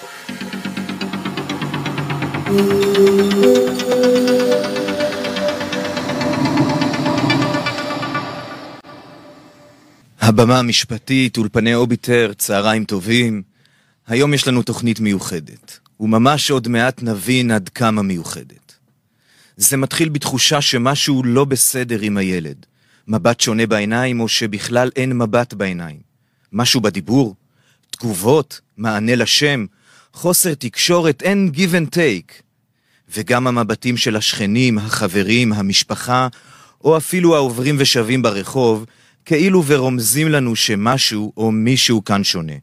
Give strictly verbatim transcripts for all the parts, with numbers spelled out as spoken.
הבמה המשפטית, אולפני אוביטר, צהריים טובים. היום יש לנו תוכנית מיוחדת, וממש עוד מעט נבין עד כמה מיוחדת. זה מתחיל בתחושה שמשהו לא בסדר עם הילד. מבט שונה בעיניים, או שבכלל אין מבט בעיניים. משהו בדיבור, תגובות, מענה לשם, חוסר תקשורת, אין give and take. וגם המבטים של השכנים, החברים, המשפחה, או אפילו העוברים ושבים ברחוב, כאילו ורומזים לנו שמשהו או מישהו כאן שונה.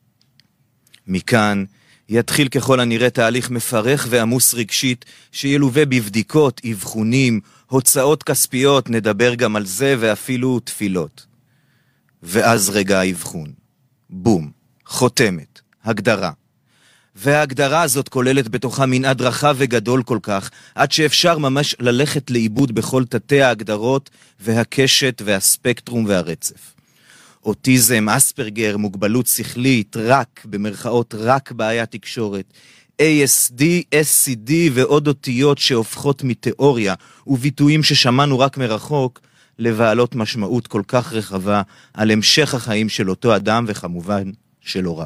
מכאן יתחיל ככל הנראה תהליך מפרך ועמוס רגשית, שילווה בבדיקות, אבחונים, הוצאות כספיות, נדבר גם על זה, ואפילו תפילות. ואז רגע האבחון. בום, חותמת, הגדרה. וההגדרה הזאת כוללת בתוכה מנעד רחב וגדול כל כך, עד שאפשר ממש ללכת לאיבוד בכל תתי ההגדרות והקשת והספקטרום והרצף. אוטיזם, אספרגר, מוגבלות שכלית, רק, במרכאות רק בעיה תקשורת, איי אס די, אס סי די ועוד אותיות שהופכות מתיאוריה וביטויים ששמענו רק מרחוק, לבעלות משמעות כל כך רחבה על המשך החיים של אותו אדם וכמובן של הוריו.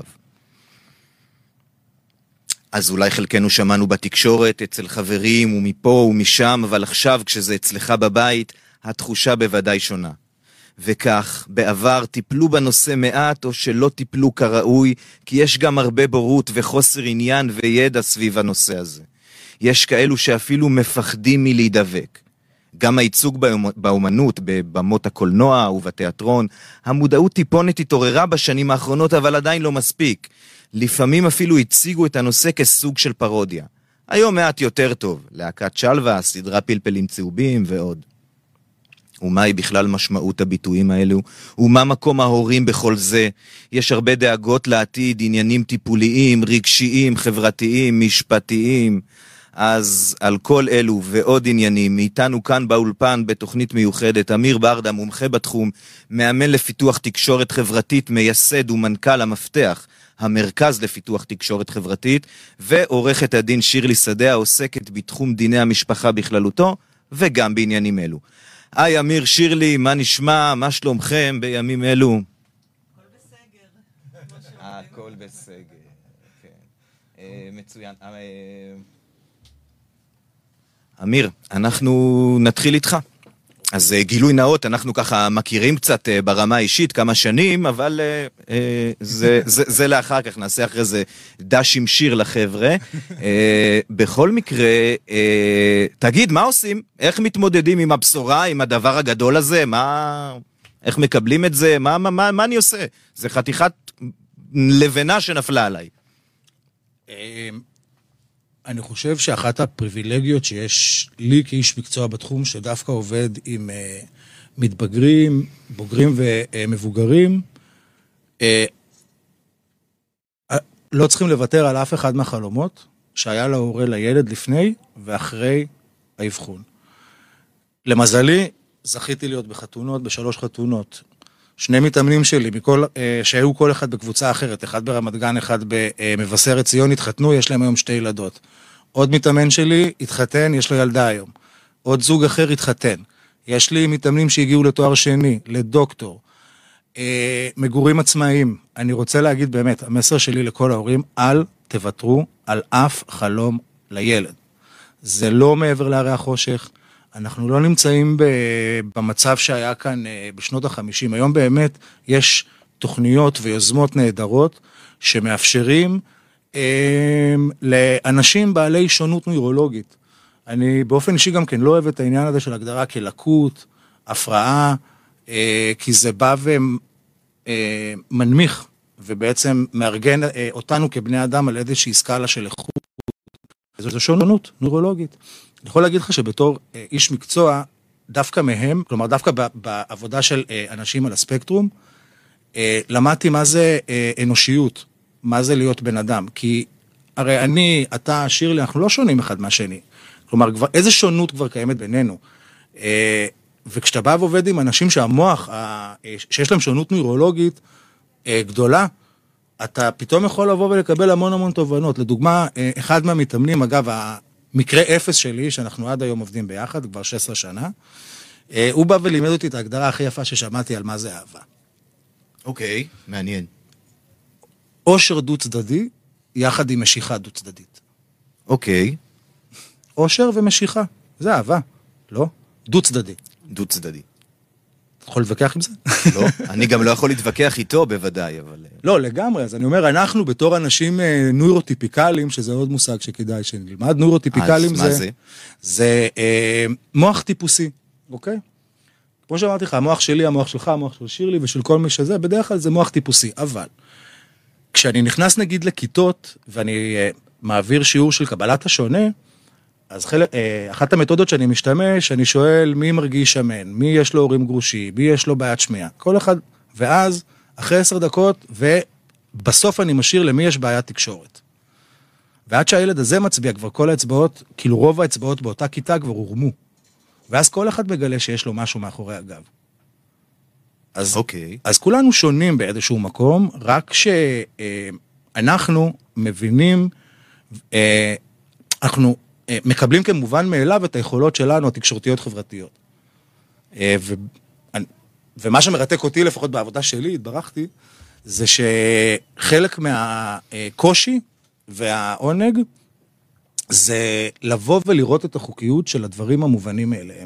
אז אולי חלקנו שמענו בתקשורת, אצל חברים ומפה ומשם, אבל עכשיו כשזה אצלך בבית, התחושה בוודאי שונה. וכך, בעבר טיפלו בנושא מעט או שלא טיפלו כראוי, כי יש גם הרבה בורות וחוסר עניין וידע סביב הנושא הזה. יש כאלו שאפילו מפחדים מלהידבק. גם הייצוג באומנות, בבמות הקולנוע ובתיאטרון, המודעות טיפונת התעוררה בשנים האחרונות, אבל עדיין לא מספיק. לפעמים אפילו הציגו את הנושא כסוג של פרודיה. היום מעט יותר טוב, להקת שלווה, סדרה פלפלים צהובים ועוד. ומהי בכלל משמעות הביטויים האלו? ומה מקום ההורים בכל זה? יש הרבה דאגות לעתיד, עניינים טיפוליים, רגשיים, חברתיים, משפטיים. אז על כל אלו ועוד עניינים, מאיתנו כאן באולפן בתוכנית מיוחדת, אמיר ברדה, מומחה בתחום, מאמן לפיתוח תקשורת חברתית, מייסד ומנכ"ל המפתח, המרכז לפיתוח תקשורת חברתית, ועורכת הדין שירלי שדה, העוסקת בתחום דיני המשפחה בכללותו, וגם בעניינים אלו. היי אמיר, שירלי, מה נשמע? מה שלומכם בימים אלו? הכל בסגר. הכל בסגר, כן. מצוין. אמיר, אנחנו נתחיל איתך. אז גילוי נאות, אנחנו ככה מכירים קצת ברמה האישית כמה שנים, אבל אה, זה, זה, זה לאחר כך, נעשה אחרי זה דש עם שיר לחבר'ה. אה, בכל מקרה, אה, תגיד, מה עושים? איך מתמודדים עם הבשורה, עם הדבר הגדול הזה? מה, איך מקבלים את זה? מה, מה, מה, מה אני עושה? זה חתיכת לבנה שנפלה עליי. אני חושב שאחת הפריבילגיות שיש לי כאיש מקצוע בתחום, שדווקא עובד עם uh, מתבגרים, בוגרים ומבוגרים, uh, uh, לא צריכים לוותר על אף אחד מהחלומות שהיה להורה לילד לפני ואחרי האבחון. למזלי, זכיתי להיות בחתונות, בשלוש חתונות. שני מתאמנים שלי, מכל, אה, שהיו כל אחד בקבוצה אחרת, אחד ברמת גן, אחד במבשרת ציון, התחתנו, יש להם היום שתי ילדות. עוד מתאמן שלי התחתן, יש לו ילדה היום. עוד זוג אחר התחתן. יש לי מתאמנים שהגיעו לתואר שני, לדוקטור, אה, מגורים עצמאיים. אני רוצה להגיד באמת, המסר שלי לכל ההורים, אל תוותרו על אף חלום לילד. זה לא מעבר להרי החושך, אנחנו לא נמצאים במצב שהיה כאן בשנות החמישים. היום באמת יש תוכניות ויוזמות נהדרות שמאפשרים אה, לאנשים בעלי שונות נוירולוגית. אני באופן אישי גם כן לא אוהב את העניין הזה של הגדרה כלקות, הפרעה, אה, כי זה בא ומנמיך, ובעצם מארגן אותנו כבני אדם על איזושהי סקאלה של איכות. זו שונות נוירולוגית. אני יכול להגיד לך שבתור איש מקצוע, דווקא מהם, כלומר דווקא בעבודה של אנשים על הספקטרום, למדתי מה זה אנושיות, מה זה להיות בן אדם, כי הרי אני, אתה, שירלי, אנחנו לא שונים אחד מהשני. כלומר, איזה שונות כבר קיימת בינינו. וכשאתה בא ועובד עם אנשים שהמוח, שיש להם שונות נוירולוגית גדולה, אתה פתאום יכול לבוא ולקבל המון המון תובנות. לדוגמה, אחד מהמתאמנים, אגב, המקרה אפס שלי, שאנחנו עד היום עובדים ביחד, כבר שש עשרה שנה, הוא בא ולימד אותי את ההגדרה הכי יפה ששמעתי על מה זה אהבה. אוקיי, מעניין. אושר דו צדדי, יחד עם משיכה דו צדדית. אוקיי. אושר ומשיכה, זה אהבה, לא? דו צדדי. דו צדדי. אתה יכול להתווכח עם זה? לא, אני גם לא יכול להתווכח איתו בוודאי, אבל... לא, לגמרי, אז אני אומר, אנחנו בתור אנשים נוירוטיפיקליים, שזה עוד מושג שכדאי שנלמד, נוירוטיפיקליים זה... מה זה? זה אה, מוח טיפוסי, אוקיי? כמו שאמרתי לך, המוח שלי, המוח שלך, המוח של שירלי ושל כל מי שזה, בדרך כלל זה מוח טיפוסי, אבל כשאני נכנס נגיד לכיתות, ואני אה, מעביר שיעור של קבלת השונה, אז חלק, אה, אחת המתודות שאני משתמש, אני שואל מי מרגיש שמן, מי יש לו הורים גרושים, מי יש לו בעיית שמיעה, כל אחד, ואז אחרי עשר דקות, ובסוף אני משאיר למי יש בעיית תקשורת. ועד שהילד הזה מצביע, כבר כל האצבעות, כאילו רוב האצבעות באותה כיתה כבר הורמו. ואז כל אחד מגלה שיש לו משהו מאחורי הגב. אז, אוקיי. אז כולנו שונים באיזשהו מקום, רק שאנחנו מבינים, אנחנו מקבלים כמובן מאליו את היכולות שלנו, התקשורתיות חברתיות. ו, ומה שמרתק אותי, לפחות בעבודה שלי, התברכתי, זה שחלק מהקושי והעונג, זה לבוא ולראות את החוקיות של הדברים המובנים מאליהם.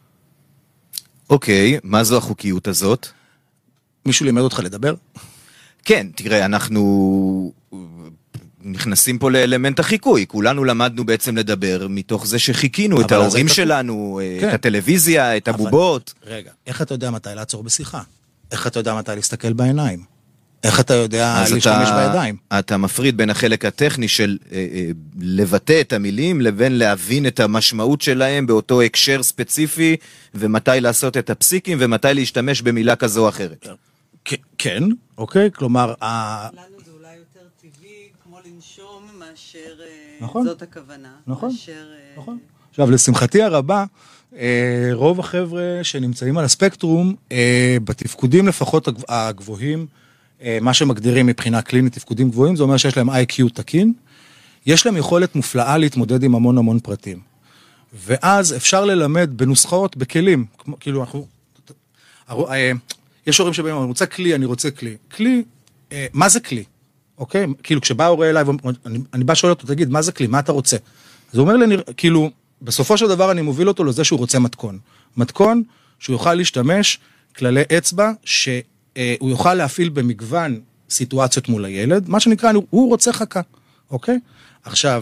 אוקיי, מה זו החוקיות הזאת? מישהו לימד אותך לדבר? כן, תראה, אנחנו נכנסים פה לאלמנט החיקוי. כולנו למדנו בעצם לדבר מתוך זה שחיכינו את ההורים שלנו, כן. את הטלוויזיה, את הבובות. אבל, רגע, איך אתה יודע מתי לעצור בשיחה? איך אתה יודע מתי להסתכל בעיניים? איך אתה יודע להשתמש בידיים? אתה מפריד בין החלק הטכני של אה, אה, לבטא את המילים, לבין להבין את המשמעות שלהם באותו הקשר ספציפי, ומתי לעשות את הפסיקים, ומתי להשתמש במילה כזו או אחרת. כן, אוקיי, כלומר... לנו זה אולי יותר טבעי, כמו לנשום, מאשר נכון, זאת הכוונה. נכון, מאשר, נכון. עכשיו, לשמחתי הרבה, רוב החבר'ה שנמצאים על הספקטרום, בתפקודים לפחות הגבוהים, מה שמגדירים מבחינה קלינית תפקודים גבוהים, זה אומר שיש להם איי קיו תקין, יש להם יכולת מופלאה להתמודד עם המון המון פרטים. ואז אפשר ללמד בנוסחאות, בכלים, כאילו אנחנו, יש הורים שבאים, אני רוצה כלי, אני רוצה כלי. כלי, מה זה כלי? אוקיי? כאילו כשבא הורה אליי, אני, אני בא שואל אותו, תגיד, מה זה כלי? מה אתה רוצה? אז הוא אומר לי, כאילו, בסופו של דבר אני מוביל אותו לזה שהוא רוצה מתכון. מתכון שהוא יוכל להשתמש כללי אצבע ש... הוא יוכל להפעיל במגוון סיטואציות מול הילד, מה שנקרא, הוא רוצה חכה, אוקיי? עכשיו,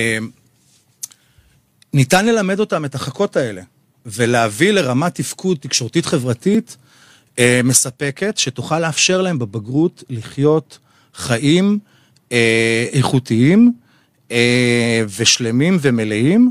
ניתן ללמד אותם את החכות האלה, ולהביא לרמת תפקוד תקשורתית חברתית מספקת, שתוכל לאפשר להם בבגרות לחיות חיים איכותיים ושלמים ומלאים,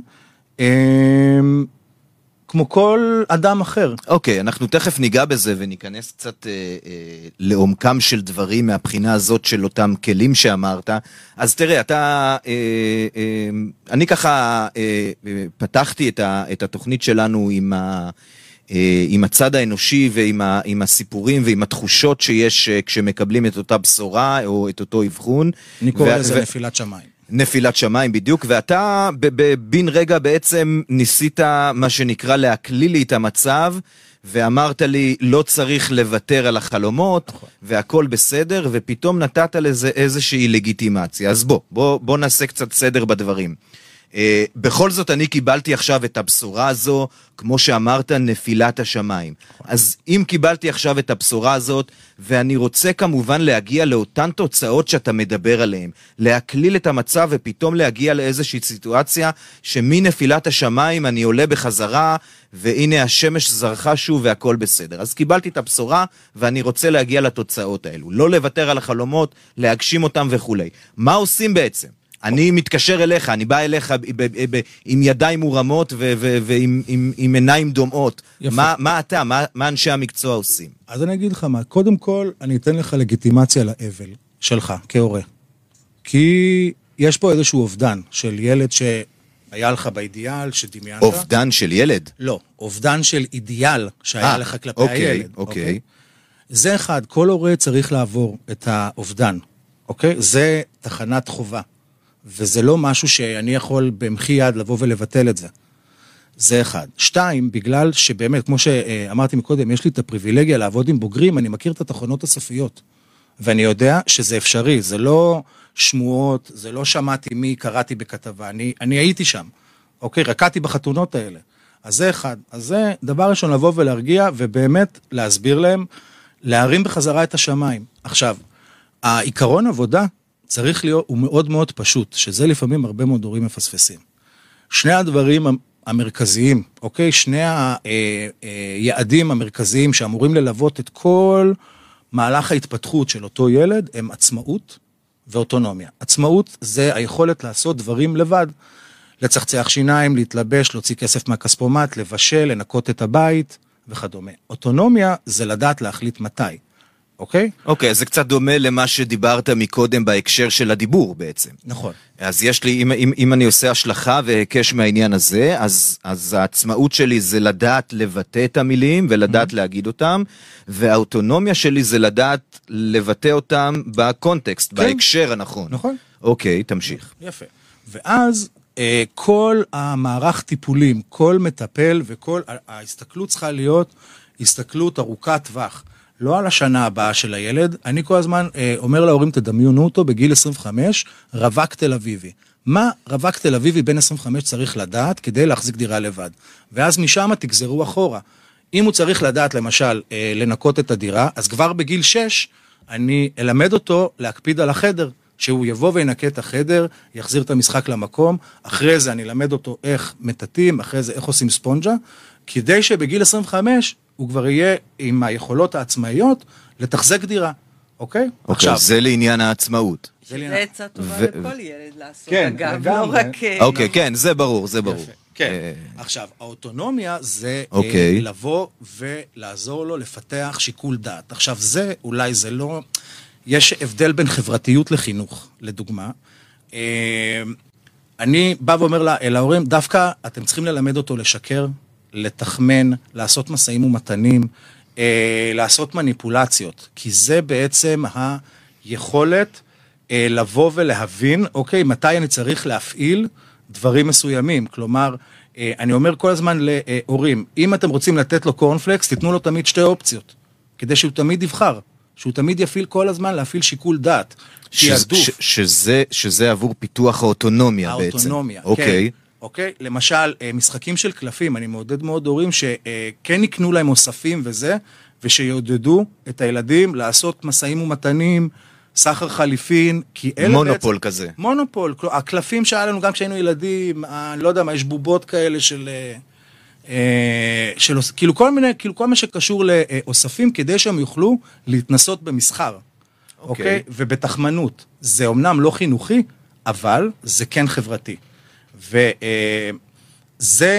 כמו כל אדם אחר. אוקיי, אנחנו תכף ניגע בזה וניכנס קצת אה, אה, לעומקם של דברים מהבחינה הזאת של אותם כלים שאמרת. אז תראה, אתה, אה, אה, אני ככה אה, אה, פתחתי את, ה, את התוכנית שלנו עם, ה, אה, עם הצד האנושי ועם ה, עם הסיפורים ועם התחושות שיש אה, כשמקבלים את אותה בשורה או את אותו אבחון. אני קורא לזה נפילת שמיים. נפילת שמיים בדיוק, ואתה בבין רגע בעצם ניסית מה שנקרא להקליל לי את המצב, ואמרת לי לא צריך לוותר על החלומות, נכון. והכל בסדר, ופתאום נתת לזה איזושהי לגיטימציה. אז בוא, בוא, בוא נעשה קצת סדר בדברים. Uh, בכל זאת אני קיבלתי עכשיו את הבשורה הזו, כמו שאמרת, נפילת השמיים. אז אם קיבלתי עכשיו את הבשורה הזאת, ואני רוצה כמובן להגיע לאותן תוצאות שאתה מדבר עליהן, להקליל את המצב ופתאום להגיע לאיזושהי סיטואציה, שמנפילת השמיים אני עולה בחזרה, והנה השמש זרחה שוב והכל בסדר. אז קיבלתי את הבשורה, ואני רוצה להגיע לתוצאות האלו. לא לוותר על החלומות, להגשים אותם וכו'. מה עושים בעצם? אני מתקשר אליך, אני בא אליך עם ידיים מורמות ועם עיניים דומעות. מה אתה, מה אנשי המקצוע עושים? אז אני אגיד לך מה, קודם כל אני אתן לך לגיטימציה לאבל שלך כהורה. כי יש פה איזשהו אובדן של ילד שהיה לך באידיאל, שדמיינת. אובדן של ילד? לא, אובדן של אידיאל שהיה לך כלפי הילד. אוקיי. זה אחד, כל הורה צריך לעבור את האובדן. אוקיי? זה תחנת חובה, וזה לא משהו שאני יכול במחי יד לבוא ולבטל את זה. זה אחד. שתיים, בגלל שבאמת, כמו שאמרתי מקודם, יש לי את הפריבילגיה לעבוד עם בוגרים, אני מכיר את התחנות הסופיות, ואני יודע שזה אפשרי, זה לא שמועות, זה לא שמעתי מי קראתי בכתבה, אני, אני הייתי שם, אוקיי? רקעתי בחתונות האלה. אז זה אחד. אז זה דבר ראשון לבוא ולהרגיע, ובאמת להסביר להם, להרים בחזרה את השמיים. עכשיו, העיקרון עבודה צריך להיות, הוא מאוד מאוד פשוט, שזה לפעמים הרבה מאוד הורים מפספסים. שני הדברים המרכזיים, אוקיי? שני היעדים המרכזיים שאמורים ללוות את כל מהלך ההתפתחות של אותו ילד, הם עצמאות ואוטונומיה. עצמאות זה היכולת לעשות דברים לבד, לצחצח שיניים, להתלבש, להוציא כסף מהכספומט, לבשל, לנקות את הבית וכדומה. אוטונומיה זה לדעת להחליט מתי. אוקיי? אוקיי, אז זה קצת דומה למה שדיברת מקודם בהקשר של הדיבור בעצם. נכון. אז יש לי, אם, אם, אם אני עושה השלכה והקש מהעניין הזה, אז, אז העצמאות שלי זה לדעת לבטא את המילים ולדעת mm-hmm. להגיד אותם, והאוטונומיה שלי זה לדעת לבטא אותם בקונטקסט, כן. בהקשר הנכון. נכון. אוקיי, תמשיך. יפה. ואז אה, כל המערך טיפולים, כל מטפל וכל, ההסתכלות צריכה להיות הסתכלות ארוכת טווח. לא על השנה הבאה של הילד, אני כל הזמן אה, אומר להורים, תדמיינו אותו בגיל עשרים וחמש, רווק תל אביבי. מה רווק תל אביבי בין עשרים וחמש צריך לדעת כדי להחזיק דירה לבד? ואז משם תגזרו אחורה. אם הוא צריך לדעת למשל אה, לנקות את הדירה, אז כבר בגיל שש אני אלמד אותו להקפיד על החדר, שהוא יבוא וינקה את החדר, יחזיר את המשחק למקום, אחרי זה אני אלמד אותו איך מטטים, אחרי זה איך עושים ספונג'ה, כדי שבגיל עשרים וחמש הוא כבר יהיה עם היכולות העצמאיות לתחזק דירה, אוקיי? אוקיי, עכשיו, זה לעניין העצמאות. זה עצה טובה לכל ילד לעשות, כן, אגב, לא רק... אוקיי, כן, זה ברור, זה ברור. כן, עכשיו, האוטונומיה זה אוקיי. לבוא ולעזור לו לפתח שיקול דעת. עכשיו, זה אולי זה לא... יש הבדל בין חברתיות לחינוך, לדוגמה. אני בא ואומר להורים, דווקא אתם צריכים ללמד אותו לשקר, לתחמן, לעשות מסעים ומתנים, אה, לעשות מניפולציות, כי זה בעצם היכולת אה, לבוא ולהבין, אוקיי, מתי אני צריך להפעיל דברים מסוימים, כלומר, אה, אני אומר כל הזמן להורים, אם אתם רוצים לתת לו קורנפלקס, תיתנו לו תמיד שתי אופציות, כדי שהוא תמיד יבחר, שהוא תמיד יפעיל כל הזמן להפעיל שיקול דעת, ש- ש- שזה, שזה עבור פיתוח האוטונומיה, האוטונומיה בעצם. האוטונומיה, כן. אוקיי. אוקיי? למשל, משחקים של קלפים, אני מעודד מאוד הורים שכן יקנו להם אוספים וזה, ושיעודדו את הילדים לעשות מסעים ומתנים, סחר חליפין, כי אלה מונופול בעצם, כזה. מונופול, הקלפים שהיה לנו גם כשהיינו ילדים, אני לא יודע מה, יש בובות כאלה של, של כאילו כל מיני, כאילו כל מה שקשור לאוספים, כדי שהם יוכלו להתנסות במסחר. אוקיי? אוקיי? ובתחמנות. זה אומנם לא חינוכי, אבל זה כן חברתי. וזה,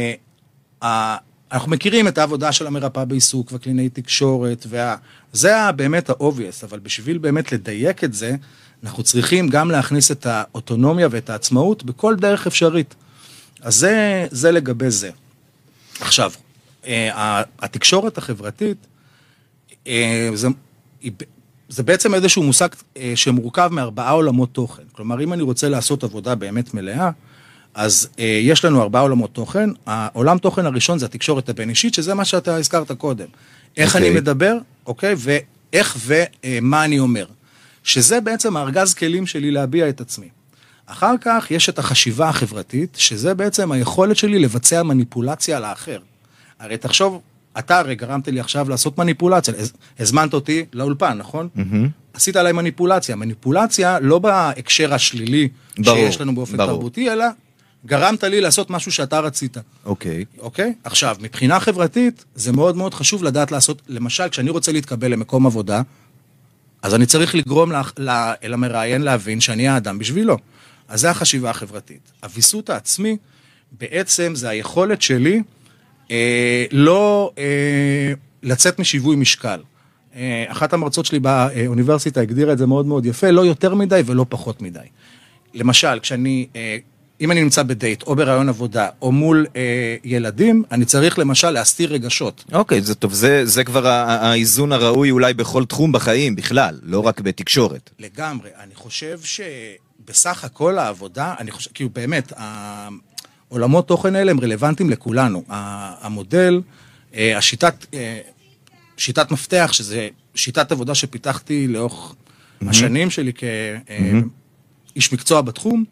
אנחנו מכירים את העבודה של המרפאה בעיסוק והקלינאי תקשורת, וזה באמת ה-obvious, אבל בשביל באמת לדייק את זה, אנחנו צריכים גם להכניס את האוטונומיה ואת העצמאות בכל דרך אפשרית. אז זה, זה לגבי זה. עכשיו, התקשורת החברתית, זה, זה בעצם איזשהו מושג שמורכב מארבעה עולמות תוכן. כלומר, אם אני רוצה לעשות עבודה באמת מלאה, אז אה, יש לנו ארבעה עולמות תוכן. העולם תוכן הראשון זה התקשורת הבין-אישית, שזה מה שאתה הזכרת קודם. איך okay. אני מדבר, אוקיי? ואיך ומה אני אומר. שזה בעצם הארגז כלים שלי להביע את עצמי. אחר כך יש את החשיבה החברתית, שזה בעצם היכולת שלי לבצע מניפולציה על האחר. הרי תחשוב, אתה הרי גרמת לי עכשיו לעשות מניפולציה, הזמנת אותי לאולפן, נכון? Mm-hmm. עשית עליי מניפולציה. מניפולציה לא בהקשר השלילי ברור, שיש לנו באופן ברור. תרבותי, אלא גרמת לי לעשות משהו שאתה רצית. אוקיי. אוקיי? עכשיו, מבחינה חברתית, זה מאוד מאוד חשוב לדעת לעשות, למשל, כשאני רוצה להתקבל למקום עבודה, אז אני צריך לגרום למראיין להבין שאני האדם בשבילו. אז זה החשיבה החברתית. הוויסות העצמי, בעצם זה היכולת שלי, אה, לא אה, לצאת משיווי משקל. אה, אחת המרצות שלי באוניברסיטה הגדירה את זה מאוד מאוד יפה, לא יותר מדי ולא פחות מדי. למשל, כשאני אה, אם אני נמצא בדייט, או ברעיון עבודה, או מול אה, ילדים, אני צריך למשל להסתיר רגשות. אוקיי, זה טוב, זה, זה כבר האיזון הראוי אולי בכל תחום בחיים בכלל, לא רק בתקשורת. לגמרי, אני חושב שבסך הכל העבודה, אני חושב, כאילו באמת, העולמות תוכן האלה הם רלוונטיים לכולנו. המודל, השיטת, שיטת מפתח, שזה שיטת עבודה שפיתחתי לאורך mm-hmm. השנים שלי כאיש mm-hmm. מקצוע בתחום,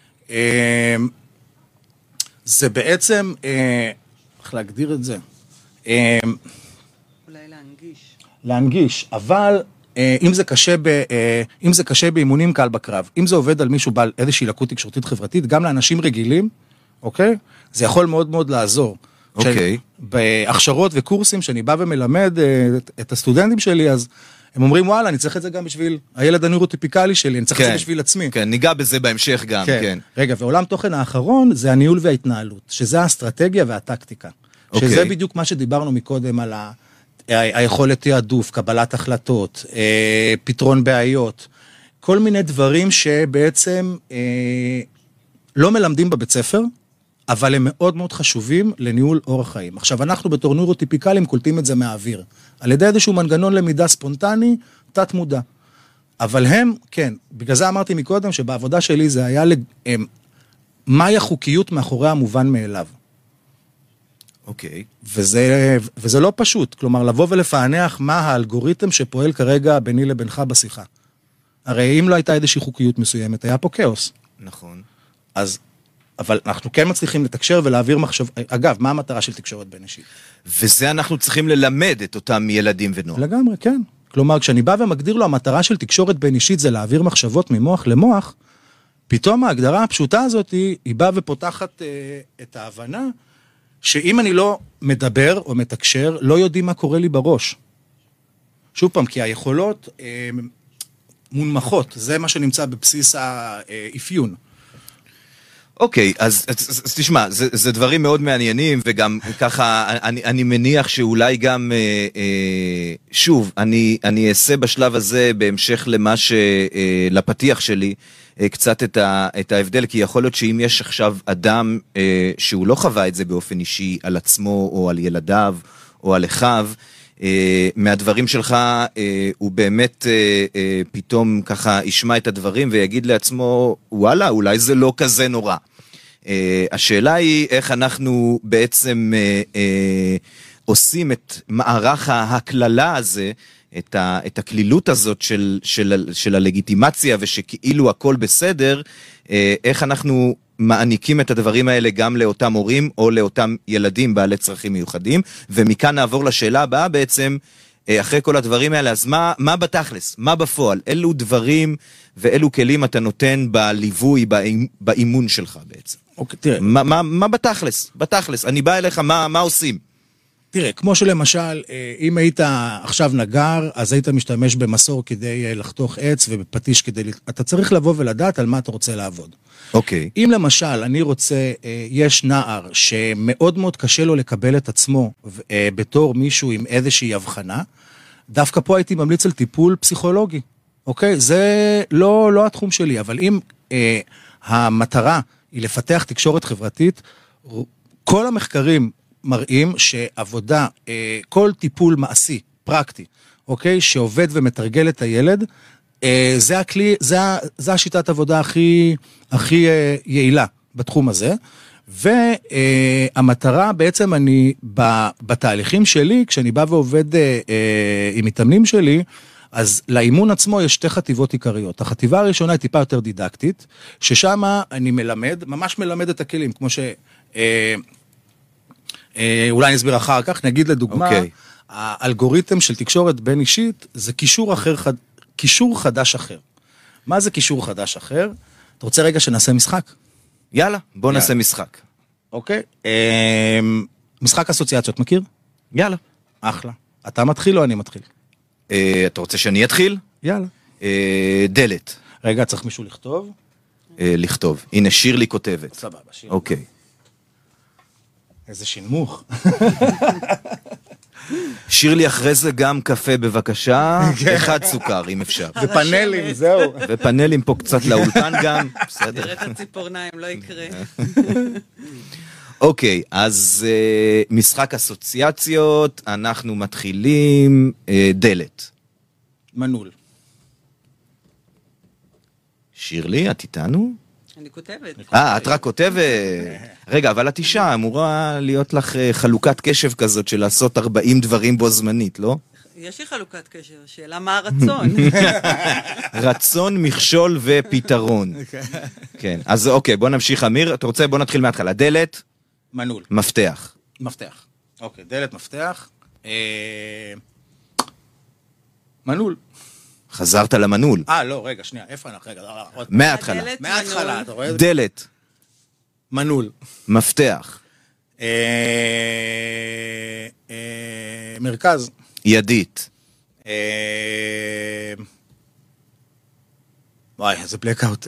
זה בעצם, איך להגדיר את זה? אולי להנגיש. להנגיש, אבל אם זה קשה, ב, אם זה קשה באימונים קל בקרב, אם זה עובד על מישהו בעל איזושהי לקות תקשורתית חברתית, גם לאנשים רגילים, אוקיי? זה יכול מאוד מאוד לעזור. אוקיי. בהכשרות וקורסים שאני בא ומלמד את, את הסטודנטים שלי, אז הם אומרים, וואלה, אני צריך את זה גם בשביל הילד הנוירוטיפיקלי שלי, אני צריך כן, את זה בשביל עצמי. כן, ניגע בזה בהמשך גם, כן. כן. רגע, ועולם תוכן האחרון זה הניהול וההתנהלות, שזה האסטרטגיה והטקטיקה. אוקיי. שזה בדיוק מה שדיברנו מקודם על ה... היכולת תיעדוף, קבלת החלטות, פתרון בעיות, כל מיני דברים שבעצם לא מלמדים בבית ספר, אבל הם מאוד מאוד חשובים לניהול אורח חיים. עכשיו, אנחנו בתור נוירוטיפיקלים קולטים את זה מהאוויר, על ידי איזשהו מנגנון למידה ספונטני, תת מודע. אבל הם, כן, בגלל זה אמרתי מקודם שבעבודה שלי זה היה, הם, מהי החוקיות מאחורי המובן מאליו. אוקיי. וזה, וזה לא פשוט, כלומר, לבוא ולפענח מה האלגוריתם שפועל כרגע ביני לבינך בשיחה. הרי אם לא הייתה איזושהי חוקיות מסוימת, היה פה כאוס. נכון. אז, אבל אנחנו כן מצליחים לתקשר ולהעביר מחשב, אגב, מה המטרה של תקשורת בין אישית? וזה אנחנו צריכים ללמד את אותם ילדים ונוער. לגמרי, כן. כלומר, כשאני בא ומגדיר לו, המטרה של תקשורת בין אישית זה להעביר מחשבות ממוח למוח, פתאום ההגדרה הפשוטה הזאת היא, היא באה ופותחת אה, את ההבנה, שאם אני לא מדבר או מתקשר, לא יודעים מה קורה לי בראש. שוב פעם, כי היכולות אה, מונמכות, זה מה שנמצא בבסיס האפיון. אוקיי, אז, אז, אז תשמע, זה, זה דברים מאוד מעניינים, וגם ככה, אני, אני מניח שאולי גם, אה, אה, שוב, אני, אני אעשה בשלב הזה, בהמשך למה ש, אה, לפתיח שלי, אה, קצת את, ה, את ההבדל, כי יכול להיות שאם יש עכשיו אדם אה, שהוא לא חווה את זה באופן אישי, על עצמו, או על ילדיו, או על אחיו, Uh, מהדברים שלך, uh, הוא באמת uh, uh, פתאום ככה ישמע את הדברים ויגיד לעצמו, וואלה, אולי זה לא כזה נורא. Uh, השאלה היא איך אנחנו בעצם uh, uh, עושים את מערך ההקללה הזה, את, ה, את הכלילות הזאת של, של, של הלגיטימציה ושכאילו הכל בסדר, uh, איך אנחנו מעניקים את הדברים האלה גם לאותם הורים או לאותם ילדים בעלי צרכים מיוחדים, ומכאן נעבור לשאלה הבאה בעצם, אחרי כל הדברים האלה, אז מה, מה בתכלס, מה בפועל, אילו דברים ואילו כלים אתה נותן בליווי, באימון שלך בעצם? אוקיי, תראה. מה, מה, מה בתכלס, בתכלס, אני בא אליך, מה, מה עושים? תראה, כמו שלמשל, אם היית עכשיו נגר, אז היית משתמש במסור כדי לחתוך עץ ובפטיש כדי... אתה צריך לבוא ולדעת על מה אתה רוצה לעבוד. אוקיי. אם למשל, אני רוצה, יש נער שמאוד מאוד קשה לו לקבל את עצמו בתור מישהו עם איזושהי הבחנה, דווקא פה הייתי ממליץ על טיפול פסיכולוגי. אוקיי? זה לא, לא התחום שלי, אבל אם אה, המטרה היא לפתח תקשורת חברתית, כל המחקרים מראים שעבודה, כל טיפול מעשי, פרקטי, אוקיי, שעובד ומתרגל את הילד, זה הכלי, זה, זה השיטת עבודה הכי, הכי יעילה בתחום הזה, והמטרה בעצם אני, בתהליכים שלי, כשאני בא ועובד עם מתאמנים שלי, אז לאימון עצמו יש שתי חטיבות עיקריות. החטיבה הראשונה היא טיפה יותר דידקטית, ששם אני מלמד, ממש מלמד את הכלים, כמו ש... אולי אני אסביר אחר כך, נגיד לדוגמה, okay. האלגוריתם של תקשורת בין אישית, זה קישור אחר, קישור חדש אחר. מה זה קישור חדש אחר? אתה רוצה רגע שנעשה משחק? יאללה, בוא יאללה. נעשה משחק. אוקיי. Okay. משחק אסוציאציות, מכיר? יאללה. אחלה. אתה מתחיל או אני מתחיל? Uh, אתה רוצה שאני אתחיל? יאללה. Uh, דלת. רגע, צריך מישהו לכתוב? Uh, לכתוב. הנה, שירלי כותבת. סבבה, שירלי. אוקיי. איזה שינמוך. שירלי, אחרי זה גם קפה בבקשה, אחד סוכר, אם אפשר. ופאנלים, זהו. ופאנלים פה קצת לאולפן גם, בסדר. תראה את הציפורניים, לא יקרה. אוקיי, אז uh, משחק אסוציאציות, אנחנו מתחילים uh, דלת. מנעול. שירלי, את איתנו? אני כותבת. אה, את רק כותבת. רגע, אבל את אישה, אמורה להיות לך uh, חלוקת קשב כזאת של לעשות ארבעים דברים בו זמנית, לא? יש לי חלוקת קשר, שאלה מה הרצון. רצון, מכשול ופתרון. כן, אז אוקיי, בוא נמשיך, אמיר. אתה רוצה, בוא נתחיל מההתחלה. דלת, מנעול. מפתח. מפתח. אוקיי, דלת מפתח. אה... מנעול. חזרת למנעול. אה, לא, רגע, שנייה, איפה אנחנו? רגע, עוד פעם. מההתחלה. הדלת, מההתחלה, מנעול. אתה רואה? דלת, מנעול. מפתח, אה... אה... מרכז. ידית, אה... וואי, איזה בלקאוט.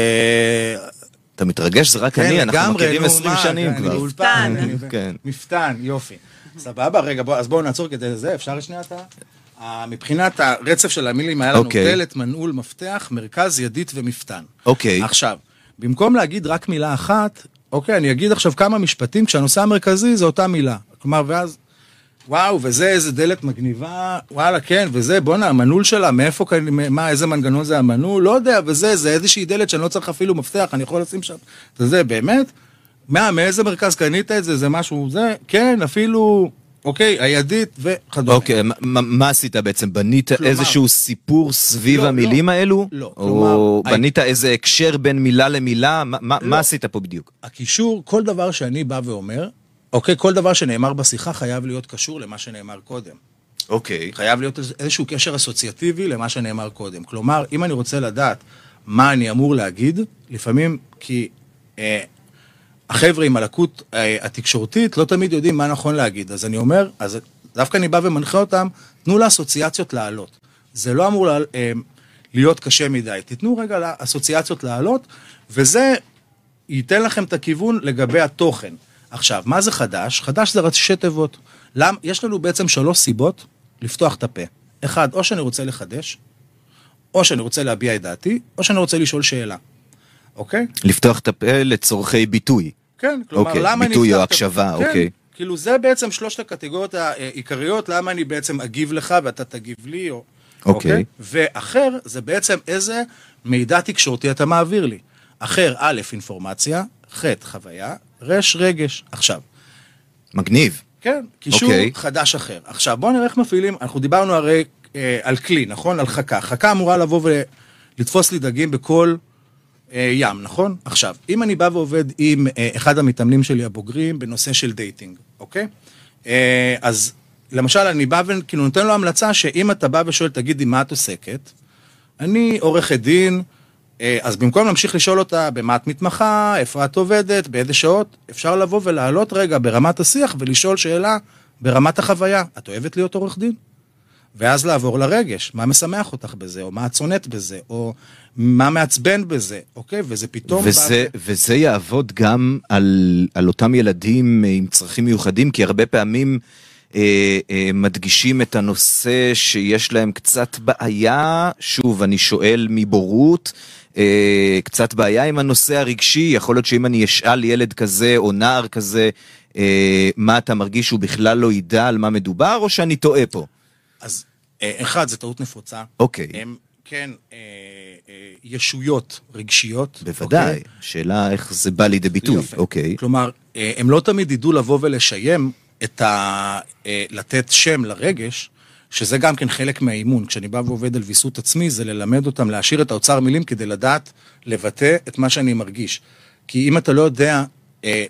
אה... אתה מתרגש? זה רק כן, אני, אנחנו לגמרי, מכירים נו, עשרים מה, שנים אני כבר. באולפן, אני- כן. מפתן, יופי. סבבה, רגע, בוא, אז בואו נעצור כדי זה, אפשר שנייה אתה? אה, מבחינת הרצף של המילים היה לנו אוקיי. דלת, מנעול, מפתח, מרכז, ידית ומפתן. אוקיי. עכשיו, במקום להגיד רק מילה אחת, אוקיי, אני אגיד עכשיו כמה משפטים, כשהנושא המרכזי זה אותה מילה. כלומר, ואז, וואו, וזה איזה דלת מגניבה, וואלה, כן, וזה, בוא'נה, המנעול שלה, מאיפה, כאן, מה, איזה מנגנון זה המנעול, לא יודע, וזה, זה איזושהי דלת שאני לא צריך אפילו מפתח, אני יכול לשים שם, זה באמת, מה, מאיזה מרכז קנית את זה, זה משהו, זה, כן, אפילו, אוקיי, הידית וכדומה. אוקיי, מה- מה מה עשית בעצם? בנית כלומר- איזשהו סיפור סביב לא, המילים האלו? לא, או כלומר, בנית איזה הקשר בין מילה למילה? מה- מה מה עשית פה בדיוק? הקישור, כל דבר שאני בא ואומר, אוקיי, כל דבר שנאמר בשיחה חייב להיות קשור למה שנאמר קודם. אוקיי. חייב להיות איזשהו קשר אסוציאטיבי למה שנאמר קודם. כלומר, אם אני רוצה לדעת מה אני אמור להגיד, לפעמים כי אה, החבר'ה עם הלקות אה, התקשורתית לא תמיד יודעים מה נכון להגיד. אז אני אומר, אז דווקא אני בא ומנחה אותם, תנו לאסוציאציות לעלות. זה לא אמור לה, אה, להיות קשה מדי. תתנו רגע לאסוציאציות לעלות, וזה ייתן לכם את הכיוון לגבי התוכן. עכשיו, מה זה חדש? חדש זה ראשי תיבות. למ... יש לנו בעצם שלוש סיבות לפתוח את הפה. אחד, או שאני רוצה לחדש, או שאני רוצה להביע את דעתי, או שאני רוצה לשאול שאלה. אוקיי? לפתוח את הפה לצורכי ביטוי. כן, כלומר, אוקיי, למה ביטוי אני או אפתח את הפה? הקשבה, כן, אוקיי. כאילו, זה בעצם שלושת הקטגוריות העיקריות, למה אני בעצם אגיב לך ואתה תגיב לי, או... אוקיי. ואחר, זה בעצם איזה מידע תקשורתי אתה מעביר לי. אחר, א', אינפורמציה, ח', חוויה, ר', רגש. עכשיו, מגניב. כן, קישור אוקיי. חדש אחר. עכשיו, בואו נראה איך מפעילים, אנחנו דיברנו הרי אה, על כלי, נכון? על חכה. חכה אמורה לבוא ולתפוס לי דגים בכל אה, ים, נכון? עכשיו, אם אני בא ועובד עם אה, אחד המתאמנים שלי הבוגרים בנושא של דייטינג, אוקיי? אה, אז למשל, אני בא וכאילו נותן לו המלצה שאם אתה בא ושואל, תגידי מה את עוסקת, אני עורכת דין, אה, אז במקום להמשיך לשאול אותה במה את מתמחה, איפה את עובדת, באיזה שעות, אפשר לבוא ולעלות רגע ברמת השיח ולשאול שאלה ברמת החוויה. את אוהבת להיות עורך דין? ואז לעבור לרגש, מה משמח אותך בזה, או מה את שונאת בזה, או מה מעצבן בזה, אוקיי? וזה פתאום... וזה, בא... וזה יעבוד גם על, על אותם ילדים עם צרכים מיוחדים, כי הרבה פעמים אה, אה, מדגישים את הנושא שיש להם קצת בעיה, שוב, אני שואל מבורות, אה, קצת בעיה עם הנושא הרגשי, יכול להיות שאם אני אשאל ילד כזה או נער כזה, אה, מה אתה מרגיש, הוא בכלל לא ידע על מה מדובר, או שאני טועה פה? אז אה, אחד, זה טעות נפוצה. אוקיי. הם, כן, אה, אה, ישויות רגשיות. בוודאי, אוקיי? שאלה איך זה בא לידי ביטוי, יופי. אוקיי. כלומר, אה, הם לא תמיד ידעו לבוא ולשיים את ה... אה, לתת שם לרגש, שזה גם כן חלק מהאימון. כשאני בא ועובד על ויסות עצמי, זה ללמד אותם להשאיר את האוצר מילים כדי לדעת לבטא את מה שאני מרגיש. כי אם אתה לא יודע אה,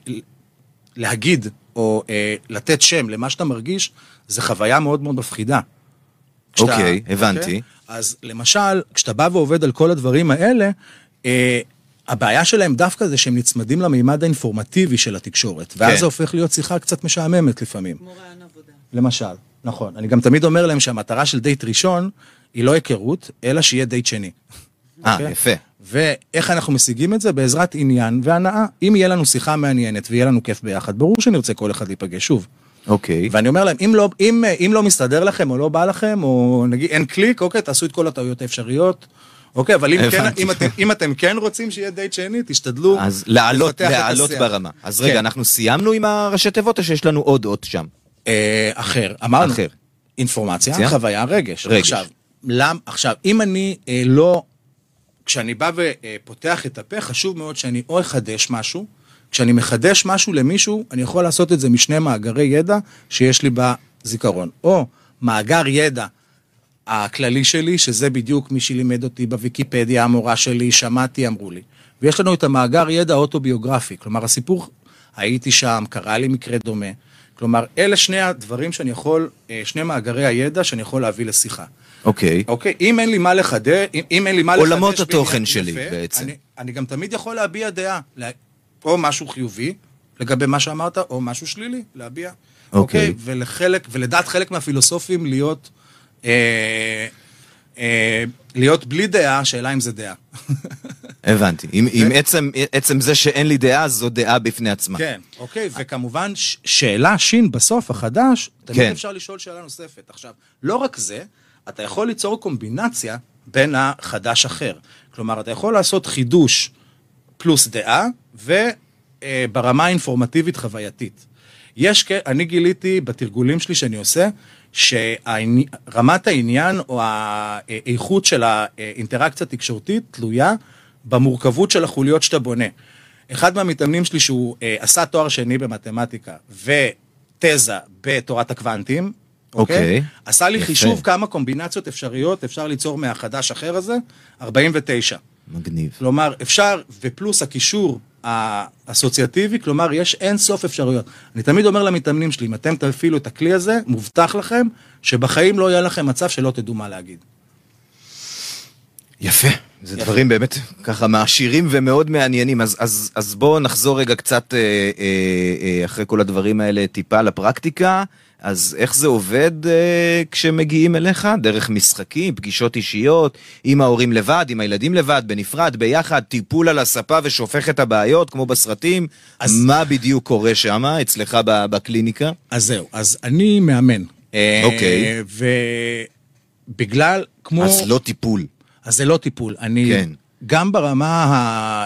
להגיד או אה, לתת שם למה שאתה מרגיש, זה חוויה מאוד מאוד מפחידה. כשאתה- אוקיי, הבנתי. אוקיי? אז למשל, כשאתה בא ועובד על כל הדברים האלה, אה, הבעיה שלהם דווקא זה שהם נצמדים למימד האינפורמטיבי של התקשורת, ואז כן. זה הופך להיות שיחה קצת משעממת לפעמים. כמו רעיון עבודה. למשל, נכון. אני גם תמיד אומר להם שהמטרה של דייט ראשון היא לא היכרות, אלא שיהיה דייט שני. אה, אוקיי? יפה. ואיך אנחנו משיגים את זה? בעזרת עניין והנאה. אם יהיה לנו שיחה מעניינת ויהיה לנו כיף ביחד, ברור שנרצה כל אחד להיפגש שוב. אוקיי. ואני אומר להם, אם לא, אם, אם לא מסתדר לכם, או לא בא לכם, או נגיד אין קליק, אוקיי, תעשו את כל הטעויות האפשריות, אוקיי, אבל אם, כן, אם, אתם, אם אתם כן רוצים שיהיה דייט שני, תשתדלו אז לעלות, לעלות ברמה. אז רגע, אנחנו סיימנו עם הראשי תיבות, או שיש לנו עוד עוד שם? אחר, אמרנו. אחר. אינפורמציה, חוויה, רגש. רגש. עכשיו, למ, עכשיו, אם אני אה, לא, כשאני בא ופותח את הפה, חשוב מאוד שאני או אחדש משהו, כשאני מחדש משהו למישהו, אני יכול לעשות את זה משני מאגרי ידע שיש לי בזיכרון. או מאגר ידע הכללי שלי, שזה בדיוק מי שלימד אותי בוויקיפדיה, המורה שלי, שמעתי, אמרו לי. ויש לנו את המאגר ידע אוטוביוגרפי, כלומר, הסיפור, הייתי שם, קרה לי מקרה דומה, כלומר, אלה שני הדברים שאני יכול, שני מאגרי הידע שאני יכול להביא לשיחה. אוקיי. אוקיי, אם אין לי מה לחדש, אם, אם אין לי מה לחדש... עולמות התוכן שלי יפה, בעצם. אני, אני גם תמיד יכול להביע דעה, או משהו חיובי, לגבי מה שאמרת, או משהו שלילי, להביע. אוקיי. אוקיי, ולחלק, ולדעת חלק מהפילוסופים להיות... אה, אה, להיות בלי דעה, השאלה אם זה דעה. הבנתי. עם, עם עצם, עצם זה שאין לי דעה, זו דעה בפני עצמה. כן, אוקיי, וכמובן, שאלה שין בסוף, החדש, תמיד כן. אפשר לשאול שאלה נוספת. עכשיו, לא רק זה, אתה יכול ליצור קומבינציה בין החדש אחר. כלומר, אתה יכול לעשות חידוש פלוס דעה, וברמה האינפורמטיבית חווייתית. יש, אני גיליתי בתרגולים שלי שאני עושה, שרמת העניין או האיכות של האינטראקציה התקשורתית תלויה במורכבות של החוליות שאתה בונה. אחד מהמתאמנים שלי שהוא עשה תואר שני במתמטיקה ותזה בתורת הקוונטים, אוקיי? עשה לי חישוב כמה קומבינציות אפשריות אפשר ליצור מהחדש אחר הזה, ארבעים ותשע. מגניב. כלומר, אפשר, ופלוס הקישור האסוציאטיבי, כלומר, יש אין סוף אפשרויות. אני תמיד אומר למתאמנים שלי, אם אתם תפעילו את הכלי הזה, מובטח לכם, שבחיים לא יהיה לכם מצב שלא תדעו מה להגיד. יפה. זה יפה. דברים באמת ככה מעשירים ומאוד מעניינים. אז, אז, אז בואו נחזור רגע קצת, אה, אה, אחרי כל הדברים האלה, טיפה לפרקטיקה. אז איך זה עובד אה, כשמגיעים אליך? דרך משחקים, פגישות אישיות, עם ההורים לבד, עם הילדים לבד, בנפרד, ביחד, טיפול על הספה ושופך את הבעיות, כמו בסרטים. אז... מה בדיוק קורה שם, אצלך בקליניקה? אז זהו, אז אני מאמן. אוקיי. ובגלל, כמו... אז לא טיפול. אז זה לא טיפול. אני, כן. גם ברמה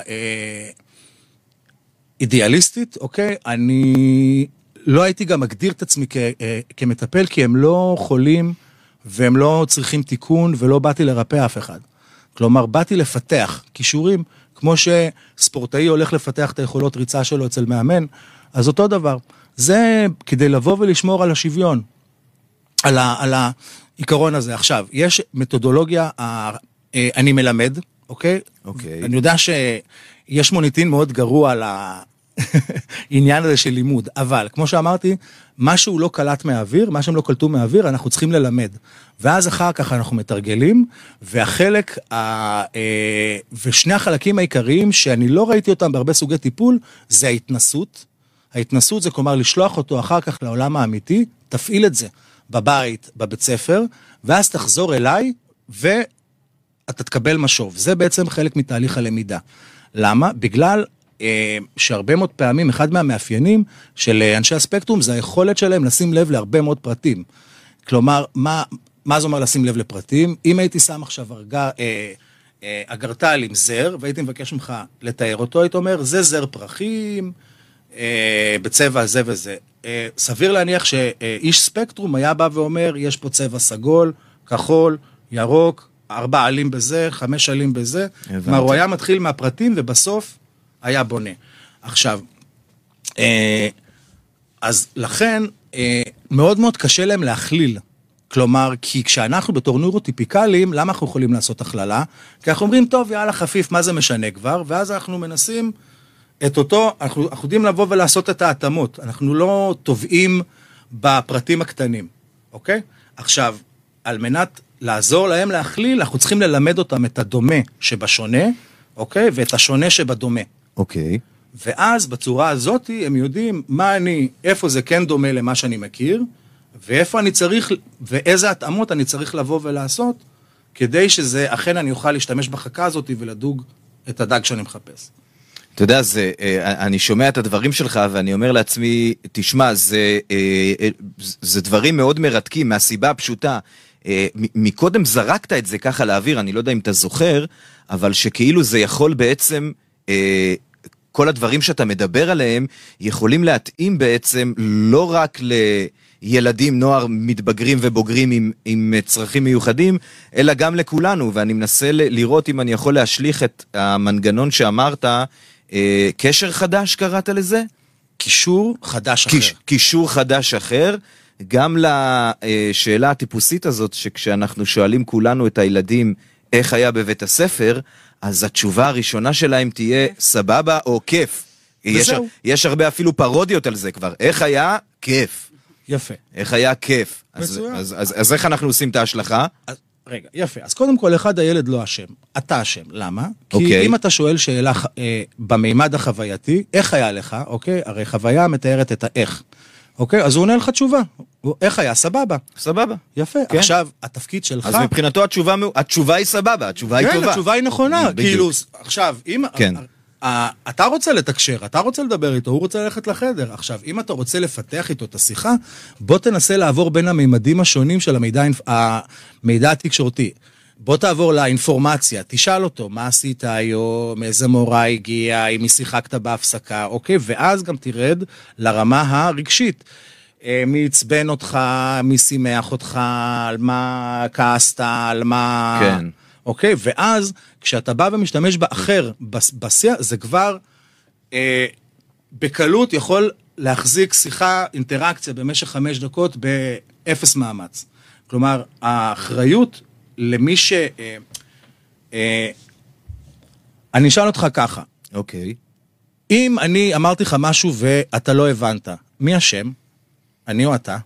האידיאליסטית, אוקיי, אני... לא הייתי גם מגדיר את עצמי כ, כמטפל, כי הם לא חולים, והם לא צריכים תיקון, ולא באתי לרפא אף אחד. כלומר, באתי לפתח כישורים, כמו שספורטאי הולך לפתח את היכולות ריצה שלו אצל מאמן, אז אותו דבר. זה כדי לבוא ולשמור על השוויון, על, ה, על העיקרון הזה. עכשיו, יש מתודולוגיה, אני מלמד, אוקיי? אוקיי. אני יודע שיש מוניטין מאוד גרוע על ה... עניין הזה של לימוד, אבל כמו שאמרתי, משהו לא קלט מהאוויר, מה שהם לא קלטו מהאוויר, אנחנו צריכים ללמד. ואז אחר כך אנחנו מתרגלים, והחלק, ושני החלקים העיקריים שאני לא ראיתי אותם בהרבה סוגי טיפול, זה ההתנסות. ההתנסות זה כלומר לשלוח אותו אחר כך לעולם האמיתי, תפעיל את זה בבית, בבית ספר, ואז תחזור אליי, ואתה תקבל משוב. זה בעצם חלק מתהליך הלמידה. למה? בגלל שהרבה מאוד פעמים, אחד מהמאפיינים של אנשי הספקטרום, זה היכולת שלהם לשים לב להרבה מאוד פרטים. כלומר, מה, מה זה אומר לשים לב לפרטים? אם הייתי שם עכשיו ארגה, אה, אה, אגרטל עם זר, והייתי מבקש ממך לתאר אותו, היית אומר, זה זר פרחים, אה, בצבע זה וזה. אה, סביר להניח שאיש ספקטרום היה בא ואומר, יש פה צבע סגול, כחול, ירוק, ארבע עלים בזה, חמש עלים בזה. כלומר, הוא היה מתחיל מהפרטים, ובסוף היה בונה. עכשיו, אז לכן, מאוד מאוד קשה להם להכליל. כלומר, כי כשאנחנו בתור נוירוטיפיקלים, למה אנחנו יכולים לעשות הכללה? כי אנחנו אומרים, טוב, יאללה חפיף, מה זה משנה כבר? ואז אנחנו מנסים את אותו, אנחנו, אנחנו יודעים לבוא ולעשות את ההתאמות. אנחנו לא טובעים בפרטים הקטנים, אוקיי? עכשיו, על מנת לעזור להם להכליל, אנחנו צריכים ללמד אותם את הדומה שבשונה, אוקיי? ואת השונה שבדומה. אוקיי. ואז בצורה הזאת הם יודעים מה אני, איפה זה כן דומה למה שאני מכיר, ואיפה אני צריך, ואיזה התאמות אני צריך לבוא ולעשות, כדי שזה, אכן אני אוכל להשתמש בחכה הזאת ולדוג את הדג שאני מחפש. אתה יודע, זה, אני שומע את הדברים שלך ואני אומר לעצמי, תשמע, זה, זה דברים מאוד מרתקים מהסיבה הפשוטה. מקודם זרקת את זה ככה לאוויר, אני לא יודע אם אתה זוכר, אבל שכאילו זה יכול בעצם, כל הדברים שאתה מדבר עליהם, יכולים להתאים בעצם לא רק לילדים, נוער, מתבגרים ובוגרים עם, עם צרכים מיוחדים, אלא גם לכולנו, ואני מנסה לראות אם אני יכול להשליך את המנגנון שאמרת, קשר חדש קראת לזה? קישור חדש אחר. קישור חדש אחר, גם לשאלה הטיפוסית הזאת, שכשאנחנו שואלים כולנו את הילדים איך היה בבית הספר, אז התשובה הראשונה שלהם תהיה סבבה או כיף. יש, יש הרבה אפילו פרודיות על זה כבר. איך היה? כיף. יפה. איך היה כיף. אז, אז, אז, אז איך אנחנו עושים את ההשלכה? אז, רגע, יפה. אז קודם כל, אחד, הילד לא אשם. אתה אשם. למה? כי אוקיי. אם אתה שואל שאלה אה, במימד החווייתי, איך היה לך, אוקיי? הרי חוויה מתארת את האיך. אוקיי? אז הוא עונה לך תשובה. איך היה? סבבה. סבבה. יפה. כן. עכשיו, התפקיד שלך... אז מבחינתו התשובה, התשובה היא סבבה, התשובה היא כן, טובה. כן, התשובה היא נכונה. בדיוק. כאילו, עכשיו, אם... כן. אתה רוצה לתקשר, אתה רוצה לדבר איתו, הוא רוצה ללכת לחדר. עכשיו, אם אתה רוצה לפתח איתו את השיחה, בוא תנסה לעבור בין המימדים השונים של המידע, המידע התקשורתי. בוא תעבור לאינפורמציה, תשאל אותו, מה עשית היום, מאיזה מורה הגיע, אם היא שיחקת בהפסקה, אוקיי? ואז גם תרד לרמה הרגשית. מי עצבן אותך, מי שימח אותך, על מה כעסת, על מה... כן. אוקיי? ואז, כשאתה בא ומשתמש באחר, בשיח, זה כבר אה, בקלות יכול להחזיק שיחה, אינטראקציה במשך חמש דקות באפס מאמץ. כלומר, האחריות למי ש... אה, אה, אני אשאל אותך ככה. אוקיי. אם אני אמרתי לך משהו ואתה לא הבנת, מי אשם? אני או אתה?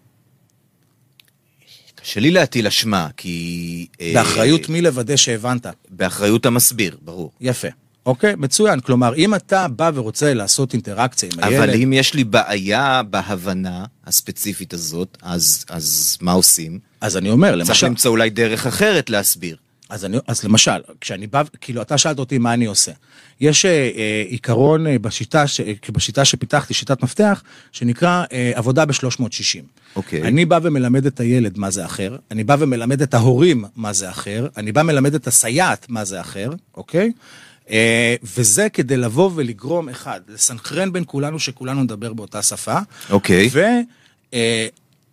קשה לי להטיל אשמה, כי... באחריות מי לוודא שהבנת? באחריות המסביר, ברור. יפה. אוקיי, מצוין. כלומר, אם אתה בא ורוצה לעשות אינטראקציה עם הילד... אבל אם יש לי בעיה בהבנה הספציפית הזאת, אז, אז מה עושים? אז אני אומר, למשל... צריך למצוא אולי דרך אחרת להסביר. אז, אני, אז למשל, כשאני בא, כאילו, אתה שאלת אותי מה אני עושה. יש אה, עיקרון אה, בשיטה, ש, בשיטה שפיתחתי, שיטת מפתח, שנקרא אה, עבודה ב-שלוש מאות שישים. אוקיי. אני בא ומלמד את הילד מה זה אחר, אני בא ומלמד את ההורים מה זה אחר, אני בא ומלמד את הסייעת מה זה אחר, אוקיי? אה, וזה כדי לבוא ולגרום אחד, לסנכרן בין כולנו שכולנו נדבר באותה שפה. אוקיי. ו... אה,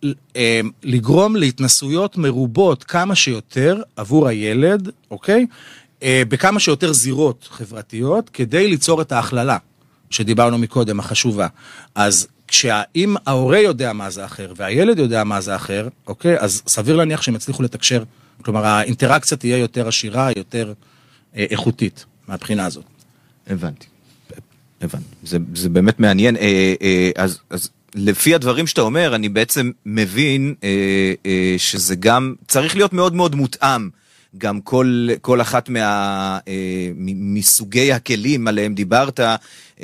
לגרום להתנסויות מרובות כמה שיותר עבור הילד, אוקיי? בכמה שיותר זירות חברתיות, כדי ליצור את ההכללה, שדיברנו מקודם, החשובה. אז כשאם ההורה יודע מה זה אחר, והילד יודע מה זה אחר, אוקיי? אז סביר להניח שהם יצליחו לתקשר, כלומר, האינטראקציה תהיה יותר עשירה, יותר איכותית, מהבחינה הזאת. הבנתי. הבנתי. זה, זה באמת מעניין. אז, אז... לפי הדברים שאתה אומר, אני בעצם מבין אה, אה, שזה גם, צריך להיות מאוד מאוד מותאם, גם כל, כל אחת מה, אה, מסוגי הכלים עליהם דיברת, אה, אה,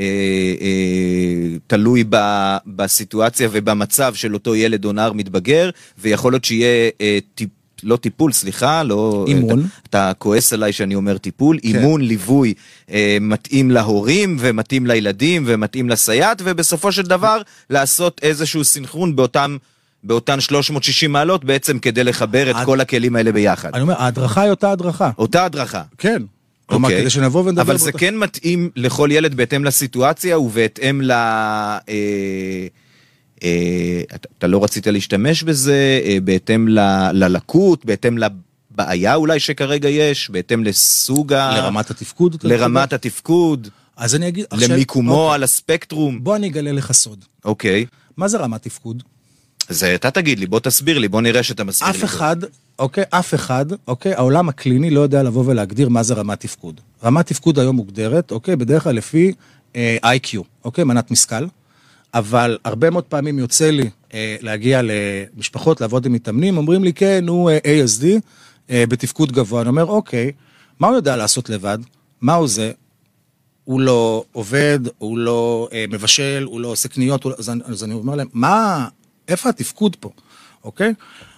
תלוי ב, בסיטואציה ובמצב של אותו ילד או נער מתבגר, ויכול להיות שיהיה אה, טיפ, לא טיפול, סליחה, לא... אימון. אתה, אתה כועס עליי שאני אומר טיפול, כן. אימון, ליווי, אה, מתאים להורים, ומתאים לילדים, ומתאים לסייעת, ובסופו של דבר, לעשות איזשהו סינכרון באותם, באותן שלוש מאות ושישים מעלות, בעצם כדי לחבר את הד... כל הכלים האלה ביחד. אני אומר, ההדרכה היא אותה הדרכה. אותה הדרכה. כן. כלומר, כדי שנבוא ונדבר... אבל זה כן מתאים לכל ילד בהתאם לסיטואציה, ובהתאם ל... אה, אתה, אתה לא רצית להשתמש בזה, בהתאם ל, ללקות, בהתאם לבעיה אולי שכרגע יש, בהתאם לסוג ה... לרמת התפקוד. לרמת התפקוד. אז אני אגיד... למיקומו אוקיי. על הספקטרום. בוא אני אגלה לך סוד. אוקיי. מה זה רמת תפקוד? זה אתה תגיד לי, בוא תסביר לי, בוא נראה שאתה מסביר לי. אף אחד, אוקיי, אף אחד, אוקיי, העולם הקליני לא יודע לבוא ולהגדיר מה זה רמת תפקוד. רמת תפקוד היום מוגדרת, אוקיי, בדרך כלל לפי אה, איי קיו, אוקיי, מנת משכל. אבל הרבה מאוד פעמים יוצא לי אה, להגיע למשפחות, לעבוד עם מתאמנים, אומרים לי, כן, הוא אה, איי אס די, אה, בתפקוד גבוה. אני אומר, אוקיי, מה הוא יודע לעשות לבד? מה הוא זה? הוא לא עובד, הוא לא אה, מבשל, הוא לא עושה קניות, הוא לא... אז, אז אני אומר להם, מה, איפה התפקוד פה? אוקיי?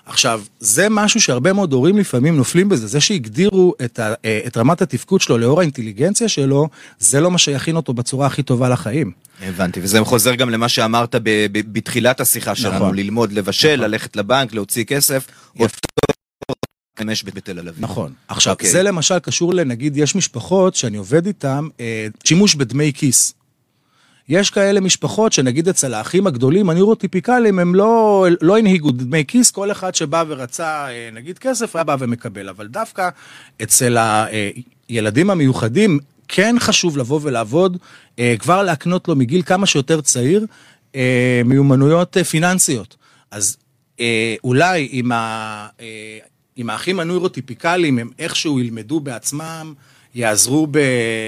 עכשיו, זה משהו שהרבה מאוד הורים לפעמים נופלים בזה, זה שהגדירו את, ה, את רמת התפקוד שלו לאור האינטליגנציה שלו, זה לא מה שיכין אותו בצורה הכי טובה לחיים. הבנתי, וזה חוזר גם למה שאמרת ב- ב- בתחילת השיחה שלנו, נכון. ללמוד, לבשל, נכון. ללכת לבנק, להוציא כסף, אותו חמש בתל אביב. נכון. עכשיו, אוקיי. זה למשל קשור לנגיד, יש משפחות שאני עובד איתן, אה, שימוש בדמי כיס. יש כאלה משפחות שנגיד אצל האחים הגדולים, הנוירוטיפיקליים, הם לא, לא הנהיגו דמי כיס, כל אחד שבא ורצה נגיד כסף, היה בא ומקבל, אבל דווקא אצל הילדים המיוחדים, כן חשוב לבוא ולעבוד, כבר להקנות לו מגיל כמה שיותר צעיר, מיומנויות פיננסיות. אז אולי עם, ה, עם האחים הנוירוטיפיקליים, הם איכשהו ילמדו בעצמם, יעזרו ב...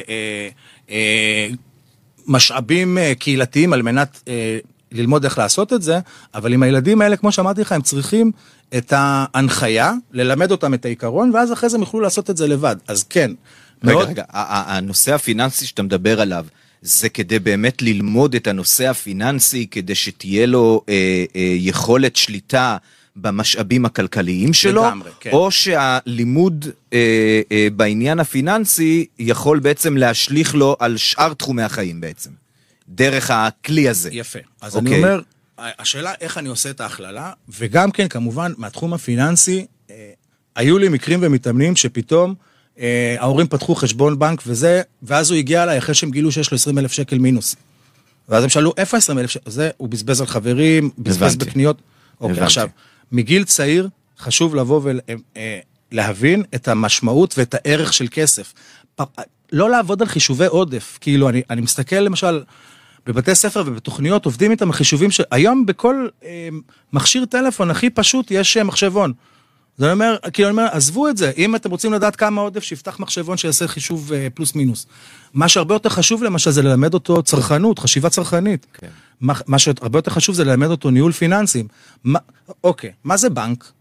משאבים קהילתיים על מנת אה, ללמוד איך לעשות את זה, אבל עם הילדים האלה, כמו שאמרתי לך, הם צריכים את ההנחיה, ללמד אותם את העיקרון, ואז אחרי זה הם יוכלו לעשות את זה לבד. אז כן. רגע, מאוד... רגע, הנושא הפיננסי שאתה מדבר עליו, זה כדי באמת ללמוד את הנושא הפיננסי, כדי שתהיה לו אה, אה, יכולת שליטה במשאבים הכלכליים שלו, לגמרי, כן. או שהלימוד אה, אה, בעניין הפיננסי יכול בעצם להשליך לו על שאר תחומי החיים בעצם, דרך הכלי הזה. יפה. אז אוקיי. אני אומר, השאלה איך אני עושה את ההכללה, וגם כן כמובן מהתחום הפיננסי, אה, היו לי מקרים ומתאמנים שפתאום אה, ההורים פתחו חשבון בנק וזה, ואז הוא הגיע אליי אחרי שהם גילו שיש לו עשרים אלף שקל מינוס. ואז הם שאלו, איפה עשרים אלף שקל? זה, הוא בזבז על חברים, בזבז הבנתי. בקניות. אוקיי, הבנתי. עכשיו, מגיל צעיר חשוב לבוא ולהבין את המשמעות ואת הערך של כסף. לא לעבוד על חישובי עודף, כאילו אני, אני מסתכל למשל בבתי ספר ובתוכניות עובדים איתם החישובים ש... היום בכל אה, מכשיר טלפון הכי פשוט יש מחשבון. זה אומר, כאילו אני אומר, עזבו את זה, אם אתם רוצים לדעת כמה עודף, שיפתח מחשבון שיעשה חישוב אה, פלוס מינוס. מה שהרבה יותר חשוב למשל זה ללמד אותו צרכנות, חשיבה צרכנית. כן. מה, מה שהרבה יותר חשוב זה ללמד אותו ניהול פיננסים. מה, אוקיי, מה זה בנק?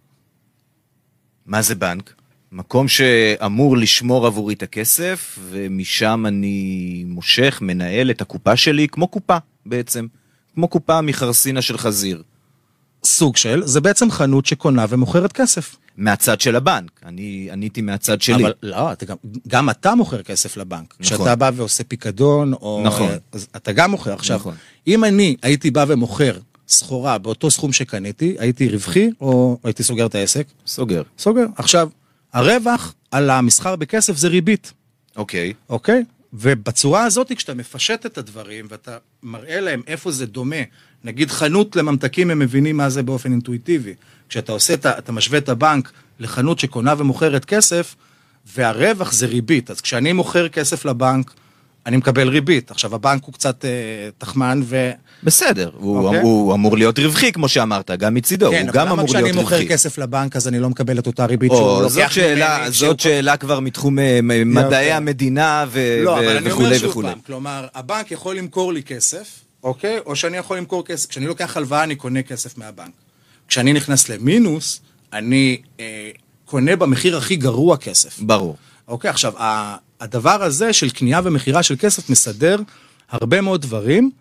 מה זה בנק? מקום שאמור לשמור עבורי את הכסף, ומשם אני מושך, מנהל את הקופה שלי, כמו קופה בעצם, כמו קופה מחרסינה של חזיר. סוג של, זה בעצם חנות שקונה ומוכרת כסף. מהצד של הבנק, אני עניתי מהצד שלי. אבל לא, אתה גם, גם אתה מוכר כסף לבנק. נכון. כשאתה בא ועושה פיקדון, או... נכון. אז אתה גם מוכר. עכשיו, נכון. אם אני הייתי בא ומוכר סחורה באותו סכום שקניתי, הייתי רווחי, או הייתי סוגר את העסק? סוגר. סוגר. עכשיו, הרווח על המסחר בכסף זה ריבית. אוקיי. אוקיי? ובצורה הזאת, כשאתה מפשט את הדברים, ואתה מראה להם איפה זה דומה, נגיד חנות לממתקים, הם מבינים מה זה באופן אינטואיטיבי. כשאתה עושה, אתה משווה את הבנק לחנות שקונה ומוכרת כסף, והרווח זה ריבית. אז כשאני מוכר כסף לבנק, אני מקבל ריבית. עכשיו, הבנק הוא קצת אה, תחמן ו... בסדר, הוא, אוקיי. הוא אמור להיות רווחי, כמו שאמרת, גם מצידו, כן, הוא גם אמור להיות רווחי. כשאני מוכר כסף לבנק, אז אני לא מקבל את אותה ריבית שהוא או, לוקח זאת שאלה, ממני, זאת שהוא... שאלה כבר מתחום אה, מדעי המדינה ו- לא, ו- אבל אני וכולי אומר שוב וכולי. פעם, כלומר, הבנק יכול למכור לי כסף, אוקיי? או שאני יכול למכור כסף, כשאני לוקח הלוואה, אני קונה כסף מהבנק. כשאני נכנס למינוס, אני אה, קונה במחיר הכי גרוע כסף. ברור. אוקיי, עכשיו, הדבר הזה של קנייה ומחירה של כסף מסדר הרבה מאוד דברים,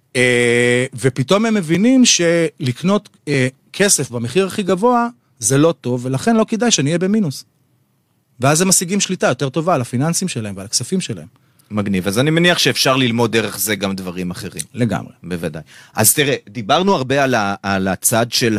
אה, ופתאום הם מבינים שלקנות אה, כסף במחיר הכי גבוה, זה לא טוב, ולכן לא כדאי שנהיה במינוס. ואז הם משיגים שליטה יותר טובה על הפיננסים שלהם ועל הכספים שלהם. מגניב, אז אני מניח שאפשר ללמוד דרך זה גם דברים אחרים. לגמרי. בוודאי. אז תראה, דיברנו הרבה על, ה- על הצד של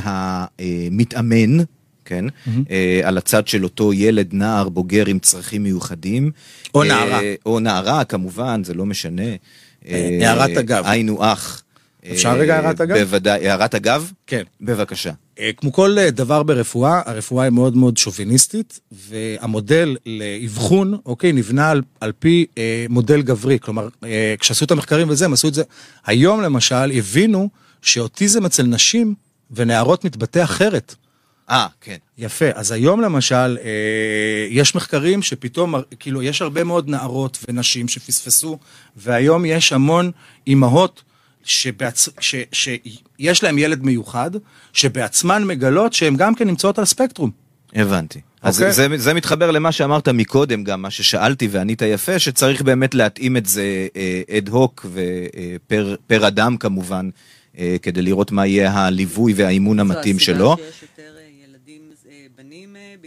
המתאמן, כן? Mm-hmm. על הצד של אותו ילד, נער, בוגר עם צרכים מיוחדים. או נערה. או נערה, כמובן, זה לא משנה. הערת אגב. היינו אח. אפשר רגע הערת אגב? בוודאי, הערת אגב? כן. בבקשה. כמו כל דבר ברפואה, הרפואה היא מאוד מאוד שוביניסטית, והמודל לאבחון, אוקיי, נבנה על, על פי אה, מודל גברי, כלומר, אה, כשעשו את המחקרים וזה, הם עשו את זה. היום למשל, הבינו שאוטיזם אצל נשים ונערות מתבטא אחרת. אה, כן. יפה, אז היום למשל, אה, יש מחקרים שפתאום, כאילו, יש הרבה מאוד נערות ונשים שפספסו, והיום יש המון אימהות, שבעצ... ש... שיש להם ילד מיוחד, שבעצמן מגלות שהן גם כן נמצאות על ספקטרום. הבנתי. אז אוקיי. זה, זה מתחבר למה שאמרת מקודם, גם מה ששאלתי וענית יפה, שצריך באמת להתאים את זה אד הוק ופר פר אדם כמובן, כדי לראות מה יהיה הליווי והאימון המתאים שלו. שיש יותר ילדים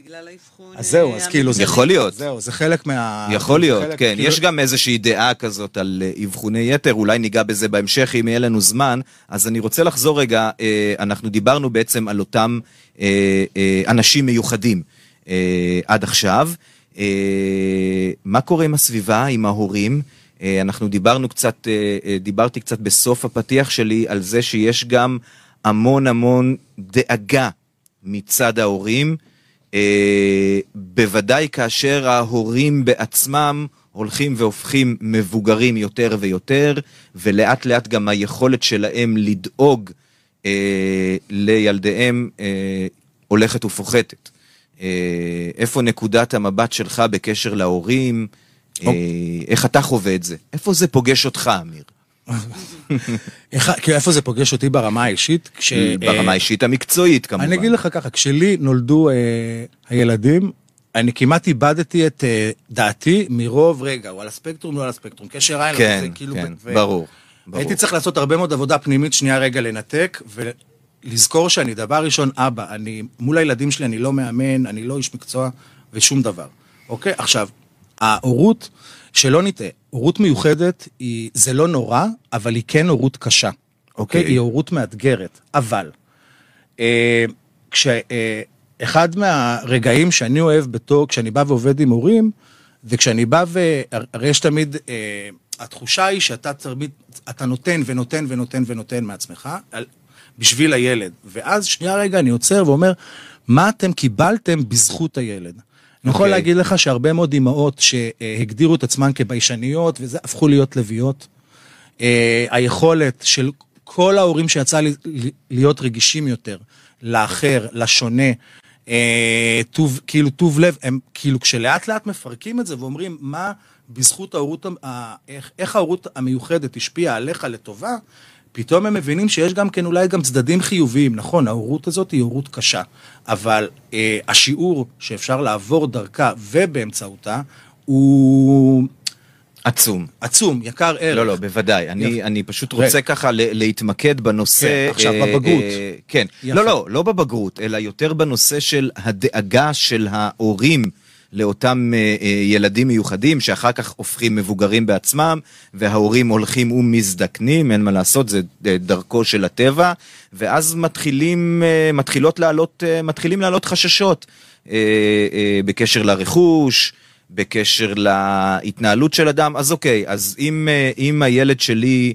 בגלל האבחון. אז זהו, אז כאילו, זה יכול להיות. זהו, זה חלק מה... יכול להיות, חלק, כן. כאילו... יש גם איזושהי דעה כזאת על אבחוני יתר, אולי ניגע בזה בהמשך אם יהיה לנו זמן. אז אני רוצה לחזור רגע, אנחנו דיברנו בעצם על אותם אנשים מיוחדים עד עכשיו. מה קורה עם הסביבה, עם ההורים? אנחנו דיברנו קצת, דיברתי קצת בסוף הפתיח שלי על זה שיש גם המון המון דאגה מצד ההורים, בוודאי כאשר ההורים בעצמם הולכים והופכים מבוגרים יותר ויותר, ולאט לאט גם היכולת שלהם לדאוג לילדיהם הולכת ופוחתת. איפה נקודת המבט שלך בקשר להורים? איך אתה חווה את זה? איפה זה פוגש אותך, אמיר? איפה זה פוגש אותי ברמה האישית? ברמה האישית המקצועית, כמובן. אני אגיד לך ככה, כשלי נולדו הילדים, אני כמעט איבדתי את דעתי מרוב רגע, הוא על הספקטרום, לא על הספקטרום, קשר עין, כן, כן, ברור. הייתי צריך לעשות הרבה מאוד עבודה פנימית, שנייה רגע לנתק, ולזכור שאני דבר ראשון אבא, אני מול הילדים שלי, אני לא מאמן, אני לא איש מקצוע, ושום דבר. אוקיי? עכשיו, ההורות, שלא נטעה, הורות מיוחדת, היא, זה לא נורא, אבל היא כן הורות קשה. אוקיי? היא הורות מאתגרת. אבל, אה, כש, אה, אחד מהרגעים שאני אוהב בתור, כשאני בא ועובד עם הורים, וכשאני בא ו... הרי יש תמיד, אה, התחושה היא שאתה תמיד, אתה נותן ונותן ונותן ונותן מעצמך, על, בשביל הילד. ואז שנייה רגע אני עוצר ואומר, מה אתם קיבלתם בזכות הילד? אני יכול להגיד לך שהרבה מאוד אמהות שהגדירו את עצמן כביישניות, וזה הפכו להיות לוויות. היכולת של כל ההורים שיצא להיות רגישים יותר, לאחר, לשונה, כאילו טוב לב, הם כאילו כשלאט לאט מפרקים את זה ואומרים מה בזכות ההורות, איך ההורות המיוחדת השפיעה עליך לטובה, פתאום הם מבינים שיש גם כן אולי גם צדדים חיוביים, נכון, ההורות הזאת היא הורות קשה, אבל אה, השיעור שאפשר לעבור דרכה ובאמצעותה הוא... עצום. עצום, יקר ערך. לא, לא, בוודאי. אני, אני פשוט רוצה ככה להתמקד בנושא... כן, עכשיו בבגרות. כן. לא, לא, לא בבגרות, אלא יותר בנושא של הדאגה של ההורים לאותם ילדים מיוחדים, שאחר כך הופכים מבוגרים בעצמם, וההורים הולכים ומזדקנים, אין מה לעשות, זה דרכו של הטבע, ואז מתחילים, מתחילות לעלות, מתחילים לעלות חששות, בקשר לרכוש, בקשר להתנהלות של אדם. אז אוקיי, אז אם, אם הילד שלי,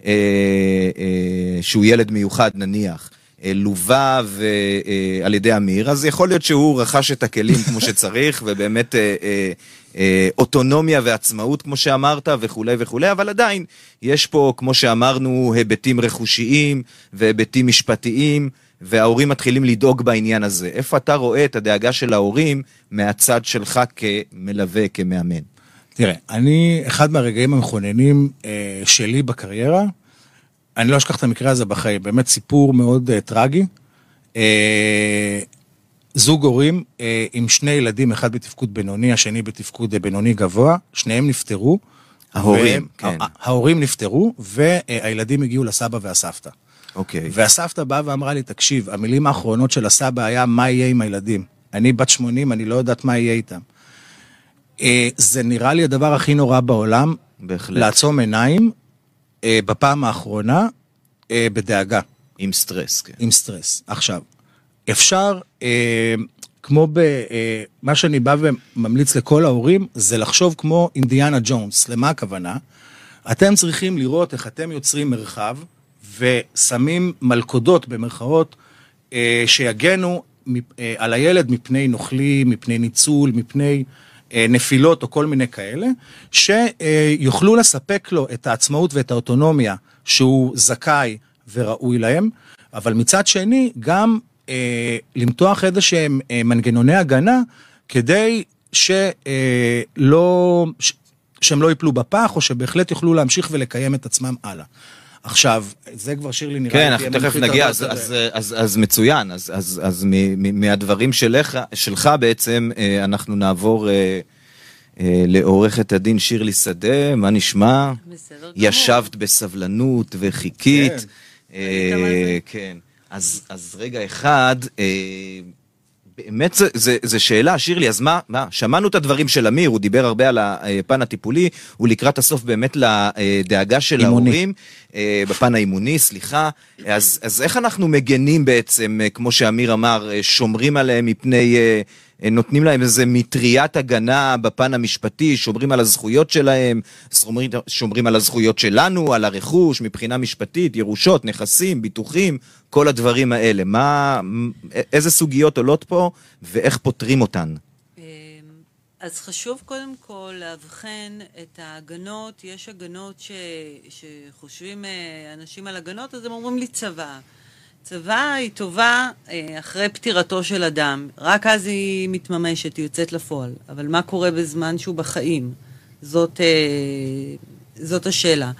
שהוא ילד מיוחד נניח, לובה ועל ידי אמיר, אז יכול להיות שהוא רכש את הכלים כמו שצריך, ובאמת אוטונומיה ועצמאות כמו שאמרת וכו' וכו', אבל עדיין יש פה, כמו שאמרנו, היבטים רכושיים והיבטים משפטיים, וההורים מתחילים לדאוג בעניין הזה. איפה אתה רואה את הדאגה של ההורים מהצד שלך כמלווה, כמאמן? תראה, אני, אחד מהרגעים המכוננים אה, שלי בקריירה, אני לא אשכח את המקרה הזה בחיים, באמת סיפור מאוד uh, טרגי. Uh, זוג הורים uh, עם שני ילדים, אחד בתפקוד בינוני, השני בתפקוד uh, בינוני גבוה, שניהם נפטרו. ההורים, ו- כן. ההורים נפטרו, והילדים הגיעו לסבא והסבתא. אוקיי. והסבתא באה ואמרה לי, תקשיב, המילים האחרונות של הסבא היה, מה יהיה עם הילדים? אני בת שמונים, אני לא יודעת מה יהיה איתם. Uh, זה נראה לי הדבר הכי נורא בעולם, בהחלט. לעצום עיניים, בפעם האחרונה, בדאגה. עם סטרס, כן. עם סטרס. עכשיו, אפשר, כמו במה שאני בא וממליץ לכל ההורים, זה לחשוב כמו אינדיאנה ג'ונס. למה הכוונה? אתם צריכים לראות איך אתם יוצרים מרחב, ושמים מלכודות במרכאות, שיגנו על הילד מפני נוכלים, מפני ניצול, מפני... נפילות או כל מיני כאלה, שיוכלו לספק לו את העצמאות ואת האוטונומיה שהוא זכאי וראוי להם, אבל מצד שני גם אה, למתוח איזה שהם אה, מנגנוני הגנה, כדי שלא, ש, שהם לא ייפלו בפח, או שבהחלט יוכלו להמשיך ולקיים את עצמם הלאה. עכשיו, זה כבר שיר לי נראה... כן, אנחנו תכף נגיע, אז, אז, אז, אז מצוין, אז, אז, אז מהדברים שלך, שלך בעצם אנחנו נעבור לעורכת הדין שירלי שדה, מה נשמע? בסדר. ישבת בסבלנות וחיכית. כן. כן, אז, אז רגע אחד, באמת זו שאלה, שירלי, אז מה, מה? שמענו את הדברים של אמיר, הוא דיבר הרבה על הפן הטיפולי, הוא לקראת הסוף באמת לדאגה של אימוני. ההורים, בפן האימוני, סליחה, אז, אז איך אנחנו מגנים בעצם, כמו שאמיר אמר, שומרים עליהם מפני, נותנים להם איזה מטריית הגנה בפן המשפטי, שומרים על הזכויות שלהם, שומרים, שומרים על הזכויות שלנו, על הרכוש, מבחינה משפטית, ירושות, נכסים, ביטוחים, כל הדברים האלה. מה, איזה סוגיות עולות פה, ואיך פותרים אותן? אז חשוב קודם כל להבחן את ההגנות. יש הגנות ש, שחושבים אנשים על הגנות, אז הם אומרים לי צבא. צבא היא טובה אחרי פטירתו של אדם, רק אז היא מתממשת, היא יוצאת לפועל. אבל מה קורה בזמן שהוא בחיים? זאת, זאת השאלה.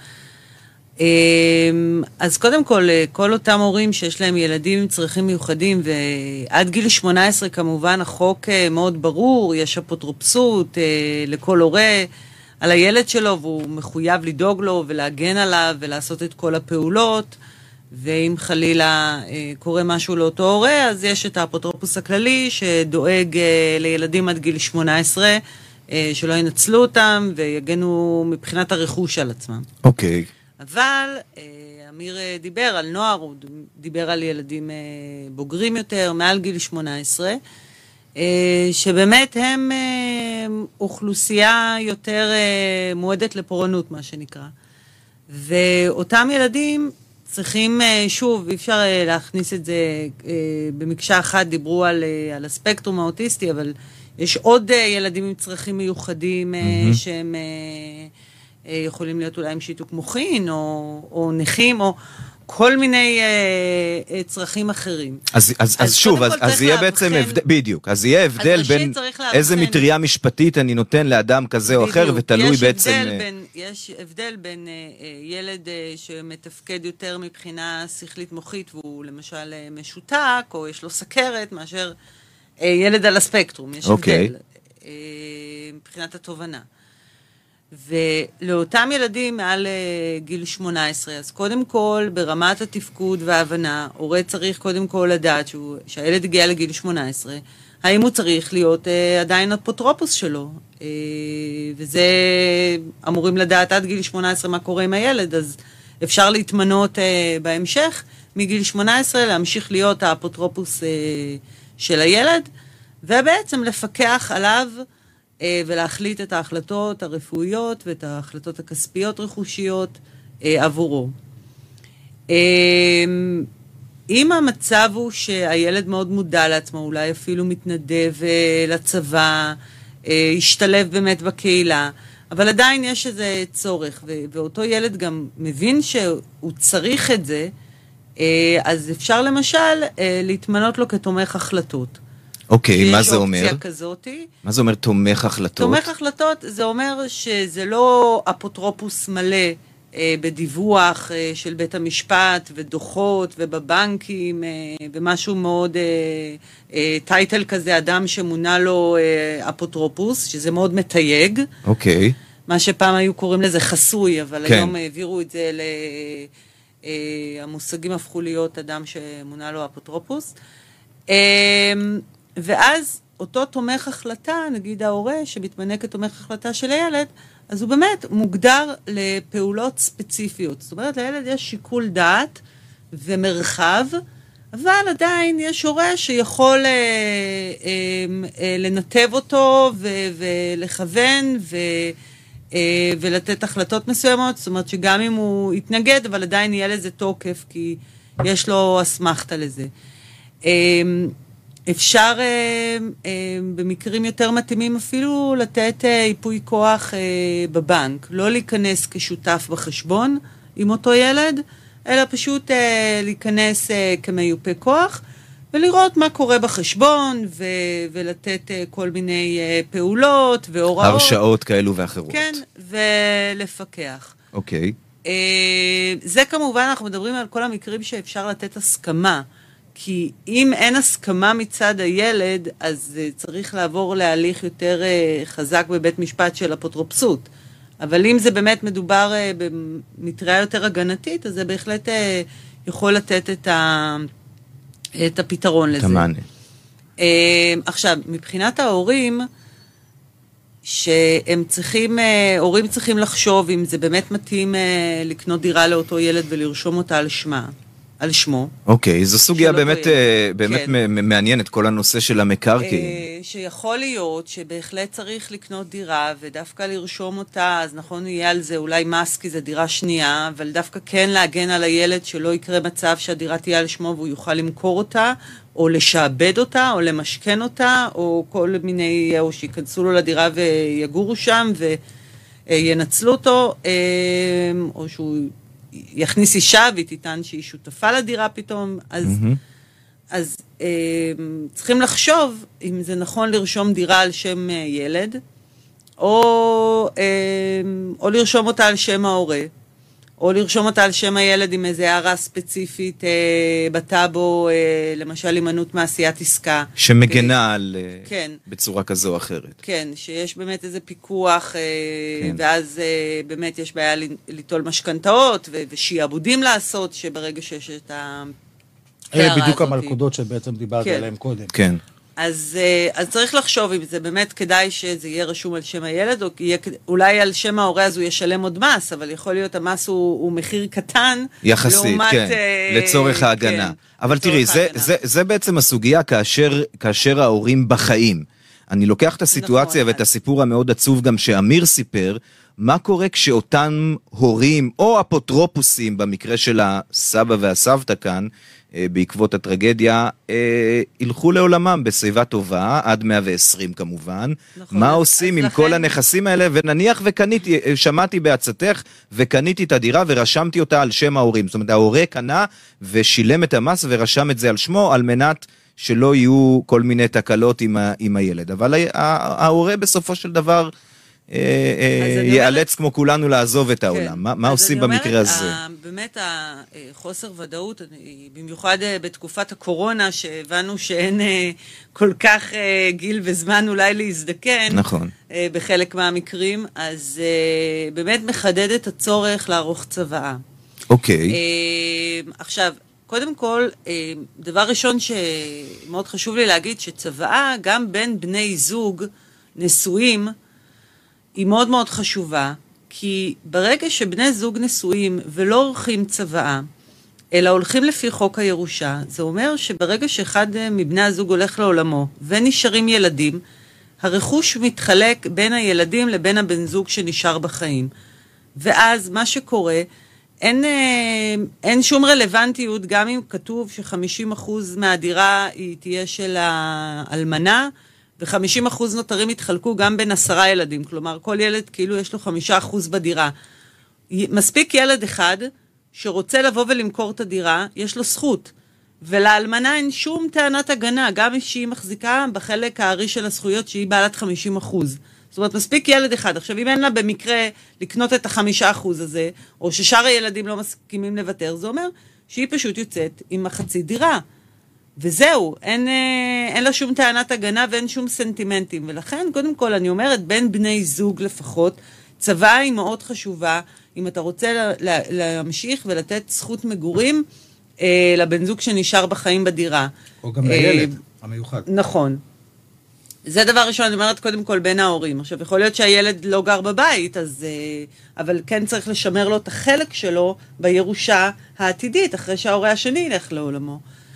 אז קודם כל, כל אותם הורים שיש להם ילדים עם צרכים מיוחדים, ועד גיל שמונה עשרה כמובן החוק מאוד ברור, יש אפוטרופסות לכל הורה על הילד שלו, והוא מחויב לדאוג לו ולהגן עליו ולעשות את כל הפעולות, ואם חלילה קורה משהו לאותו הורה, אז יש את האפוטרופוס הכללי שדואג לילדים עד גיל שמונה עשרה, שלא ינצלו אותם ויגנו מבחינת הרכוש על עצמם. אוקיי. אבל אמיר דיבר על נוער, הוא דיבר על ילדים בוגרים יותר, מעל גיל שמונה עשרה, שבאמת הם אוכלוסייה יותר מועדת לפורענות, מה שנקרא. ואותם ילדים צריכים, שוב, אי אפשר להכניס את זה במקשה אחת, דיברו על, על הספקטרום האוטיסטי, אבל יש עוד ילדים עם צרכים מיוחדים mm-hmm. שהם יכולים להיות אולי עם שיתוק מוחין, או, או נכים, או כל מיני אה, צרכים אחרים. אז, אז, אז, אז שוב, אז, אז יהיה בעצם הבדל, בדיוק, אז יהיה הבדל אז בין איזה מטריה משפטית אני נותן לאדם כזה או אחר, ותלוי בעצם... הבדל בין, יש הבדל בין אה, ילד אה, שמתפקד יותר מבחינה שכלית מוחית, והוא למשל אה, משותק, או יש לו סכרת, מאשר אה, ילד על הספקטרום. יש okay. הבדל אה, מבחינת התובנה. ולאותם ילדים מעל גיל שמונה עשרה, אז קודם כל, ברמת התפקוד וההבנה, הורה צריך קודם כל לדעת שהוא, שהילד הגיע לגיל שמונה עשרה, האם הוא צריך להיות אה, עדיין אפוטרופוס שלו, אה, וזה אמורים לדעת עד גיל שמונה עשרה מה קורה עם הילד, אז אפשר להתמנות אה, בהמשך, מגיל שמונה עשרה להמשיך להיות האפוטרופוס אה, של הילד, ובעצם לפקח עליו, ולהחליט את ההחלטות הרפואיות ואת ההחלטות הכספיות רכושיות עבורו. אם המצב הוא שהילד מאוד מודע לעצמו, אולי אפילו מתנדב לצבא, ישתלב באמת בקהילה, אבל עדיין יש איזה צורך, ואותו ילד גם מבין שהוא צריך את זה, אז אפשר למשל להתמנות לו כתומך החלטות. אוקיי, מה זה אומר? כזאת. מה זה אומר תומך החלטות? תומך החלטות זה אומר שזה לא אפוטרופוס מלא אה, בדיווח אה, של בית המשפט ודוחות ובבנקים אה, ומשהו מאוד אה, אה, טייטל כזה, אדם שמונה לו אה, אפוטרופוס, שזה מאוד מתייג. אוקיי. מה שפעם היו קוראים לזה חסוי, אבל כן. היום העבירו את זה ל... אה, המושגים הפכו להיות אדם שמונה לו אפוטרופוס. אה, ואז אותו תומך החלטה, נגיד ההורה שמתמנה כתומך החלטה של הילד, אז הוא באמת מוגדר לפעולות ספציפיות. זאת אומרת, לילד יש שיקול דעת ומרחב, אבל עדיין יש הורה שיכול אה, אה, אה, לנתב אותו ו- ולכוון ו- אה, ולתת החלטות מסוימות. זאת אומרת שגם אם הוא יתנגד, אבל עדיין יהיה לזה תוקף, כי יש לו אסמכתה לזה. אה, אפשר אה, אה, במקרים יותר מתאימים אפילו לתת אה, ייפוי כוח אה, בבנק, לא להיכנס כשותף בחשבון עם אותו ילד, אלא פשוט אה, להיכנס אה, כמיופה כוח, ולראות מה קורה בחשבון, ו- ולתת אה, כל מיני אה, פעולות והוראות. הרשאות כאלו ואחרות. כן, ולפקח. אוקיי. אה, זה כמובן, אנחנו מדברים על כל המקרים שאפשר לתת הסכמה, כי אם אין הסכמה מצד הילד, אז uh, צריך לעבור להליך יותר uh, חזק בבית משפט של אפוטרופסות. אבל אם זה באמת מדובר uh, במטריה יותר הגנתית, אז זה בהחלט uh, יכול לתת את, ה, את הפתרון את לזה. המענה. עכשיו, מבחינת ההורים, שהם צריכים, הורים צריכים לחשוב אם זה באמת מתאים לקנות דירה לאותו ילד ולרשום אותה על שמה, על שמו. אוקיי, זו סוגיה באמת, באמת מעניינת, כל הנושא של המקרקעין. שיכול להיות שבהחלט צריך לקנות דירה, ודווקא לרשום אותה, אז נכון יהיה על זה אולי מס, כי זה דירה שנייה, אבל דווקא כן להגן על הילד, שלא יקרה מצב שהדירה תהיה על שמו, והוא יוכל למכור אותה, או לשעבד אותה, או למשכן אותה, או כל מיני, או שיכנסו לו לדירה ויגורו שם, וינצלו אותו, או שהוא יכניס אישה, והיא תיתן שהיא שותפה לדירה פתאום, אז, אז צריכים לחשוב אם זה נכון לרשום דירה על שם ילד, או, או לרשום אותה על שם ההורה, או לרשום אותה על שם הילד עם איזו הערה ספציפית אה, בטאבו, אה, למשל הימנעות מעשיית עסקה. שמגנה כן, על... כן. בצורה כזו או אחרת. כן, שיש באמת איזה פיקוח, אה, כן. ואז אה, באמת יש בעיה ליטול משכנתאות, ו- ושיעבודים לעשות, שברגע שיש את ה... אלה בדיוק המלכודות שבעצם דיברת כן. עליהם קודם. כן. אז, אז צריך לחשוב אם זה באמת כדאי שזה יהיה רשום על שם הילד, או יהיה, אולי על שם ההורה אז הוא ישלם עוד מס, אבל יכול להיות המס הוא, הוא מחיר קטן. יחסית, לעומת, כן, אה, לצורך ההגנה. כן, אבל לצורך תראי, זה, זה, זה בעצם הסוגיה כאשר, כאשר ההורים בחיים. אני לוקח את הסיטואציה נכון, ואת אז... הסיפור המאוד עצוב גם שאמיר סיפר, מה קורה כשאותם הורים או אפוטרופוסים, במקרה של הסבא והסבתא כאן, בעקבות הטרגדיה, הלכו לעולמם בשיבה טובה, עד מאה ועשרים כמובן. נכון, מה עושים עם לכן... כל הנכסים האלה? ונניח וקניתי, שמעתי בעצתך, וקניתי את הדירה ורשמתי אותה על שם ההורים. זאת אומרת, ההורה קנה ושילם את המס ורשם את זה על שמו, על מנת שלא יהיו כל מיני תקלות עם, ה, עם הילד. אבל ההורה בסופו של דבר... ייאלץ כמו כולנו לעזוב את העולם. מה עושים במקרה הזה? באמת החוסר ודאות, במיוחד בתקופת הקורונה, שהבנו שאין כל כך גיל וזמן אולי להזדקן, נכון. בחלק מהמקרים, אז באמת מחדד את הצורך לערוך צוואה. אוקיי. עכשיו, קודם כל, דבר ראשון שמאוד חשוב לי להגיד, שצוואה גם בין בני זוג נשואים, היא מאוד מאוד חשובה, כי ברגע שבני זוג נשואים ולא עורכים צוואה, אלא הולכים לפי חוק הירושה, זה אומר שברגע שאחד מבני הזוג הולך לעולמו ונשארים ילדים, הרכוש מתחלק בין הילדים לבין הבן זוג שנשאר בחיים. ואז מה שקורה, אין, אין שום רלוונטיות, גם אם כתוב ש-חמישים אחוז מהדירה היא תהיה של האלמנה, ו-חמישים אחוז נותרים התחלקו גם בין עשרה ילדים, כלומר כל ילד כאילו יש לו חמישה אחוז בדירה. מספיק ילד אחד שרוצה לבוא ולמכור את הדירה, יש לו זכות, ולאלמנה אין שום טענת הגנה, גם שהיא מחזיקה בחלק הארי של הזכויות שהיא בעלת חמישים אחוז. זאת אומרת, מספיק ילד אחד. עכשיו, אם אין לה במקרה לקנות את החמישה אחוז הזה, או ששאר הילדים לא מסכימים לוותר, זה אומר שהיא פשוט יוצאת עם מחצית דירה. וזהו, אין, אין לה שום טענת הגנה ואין שום סנטימנטים. ולכן, קודם כל, אני אומרת, בין בני זוג לפחות, צוואה היא מאוד חשובה, אם אתה רוצה לה, לה, להמשיך ולתת זכות מגורים אה, לבן זוג שנשאר בחיים בדירה. או גם לילד, אה, המיוחד. נכון. זה דבר ראשון, אני אומרת קודם כל בין ההורים. עכשיו, יכול להיות שהילד לא גר בבית, אז, אבל כן צריך לשמר לו את החלק שלו בירושה העתידית, אחרי שההורה השני ילך לעולמו.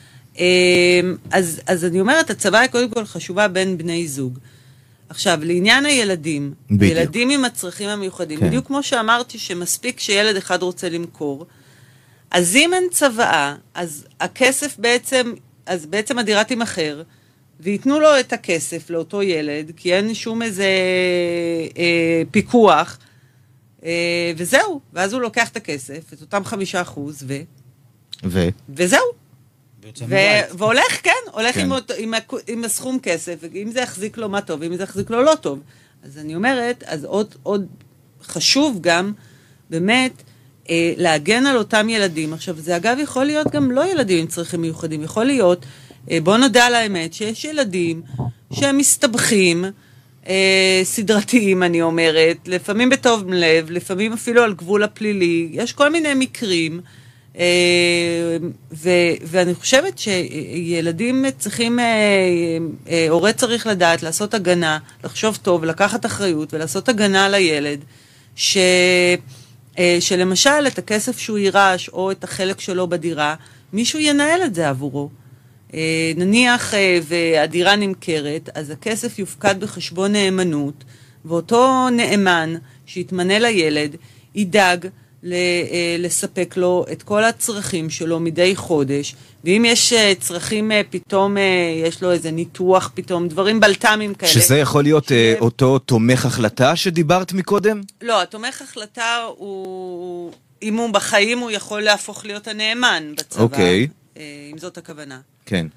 אז, אז אני אומרת, הצוואה היא קודם כל חשובה בין בני זוג. עכשיו, לעניין הילדים, בדיוק. ילדים עם הצרכים המיוחדים, כן. בדיוק כמו שאמרתי שמספיק שילד אחד רוצה למכור, אז אם אין צוואה, אז הכסף בעצם, אז בעצם הדירה תימכר, ויתנו לו את הכסף לאותו ילד, כי אין שום איזה אה, פיקוח, אה, וזהו. ואז הוא לוקח את הכסף, את אותם חמישה אחוז, ו... ו... וזהו. ו... והולך, כן, הולך כן. עם, עם, עם הסכום כסף, ואם זה יחזיק לו מה טוב, אם זה יחזיק לו לא טוב. אז אני אומרת, אז עוד, עוד חשוב גם, באמת, אה, להגן על אותם ילדים. עכשיו, זה אגב יכול להיות גם לא ילדים עם צרכים מיוחדים, יכול להיות... בוא נדע על האמת שיש ילדים שהם מסתבכים, אה, סדרתיים אני אומרת, לפעמים בטוב לב, לפעמים אפילו על גבול הפלילי, יש כל מיני מקרים ואני חושבת שילדים צריכים, הורה צריך לדעת, לעשות הגנה, לחשוב טוב, לקחת אחריות ולעשות הגנה על הילד, ש... שלמשל את הכסף שהוא יירש או את החלק שלו בדירה, מישהו ינהל את זה עבורו. נניח והדירה נמכרת, אז הכסף יופקד בחשבון נאמנות, ואותו נאמן שיתמנה לילד ידאג לספק לו את כל הצרכים שלו מדי חודש, ואם יש צרכים פתאום, יש לו איזה ניתוח פתאום, דברים בלת"מים כאלה. שזה יכול להיות ש... אותו תומך החלטה שדיברת מקודם? לא, התומך החלטה הוא, אם הוא בחיים הוא יכול להפוך להיות הנאמן בצבא, אוקיי. אם זאת הכוונה. כן.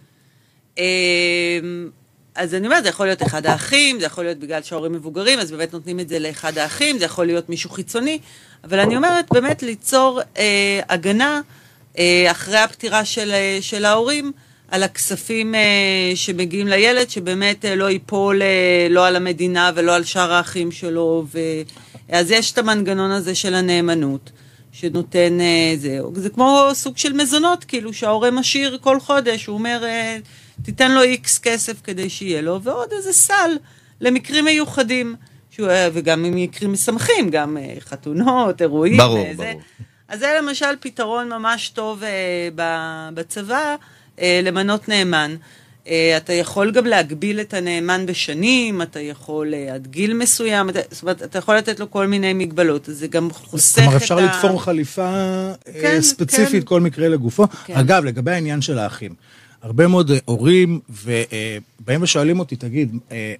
אז אני אומרת, זה יכול להיות אחד האחים, זה יכול להיות בגלל שההורים מבוגרים, אז באמת נותנים את זה לאחד האחים, זה יכול להיות מישהו חיצוני, אבל אני אומרת באמת ליצור אה, הגנה אה, אחרי הפטירה של, של ההורים, על הכספים אה, שמגיעים לילד, שבאמת אה, לא ייפול אה, לא על המדינה ולא על שאר האחים שלו, ו... אז יש את המנגנון הזה של הנאמנות, שנותן אה, זה, זה כמו סוג של מזונות, כאילו שההורה משאיר כל חודש, הוא אומר... אה, תיתן לו איקס כסף כדי שיהיה לו, ועוד איזה סל למקרים מיוחדים, שהוא, וגם מקרים משמחים, גם חתונות, אירועים. ברור, זה. ברור. אז זה למשל פתרון ממש טוב אה, בצבא, אה, למנות נאמן. אה, אתה יכול גם להגביל את הנאמן בשנים, אתה יכול אה, עד גיל מסוים, אתה, זאת אומרת, אתה יכול לתת לו כל מיני מגבלות, אז זה גם חוסך את ה... כלומר, אפשר לתפור חליפה כן, ספציפית, כן. כל מקרה לגופו. כן. אגב, לגבי העניין של האחים, הרבה מאוד הורים, ובאים ושואלים אותי, תגיד,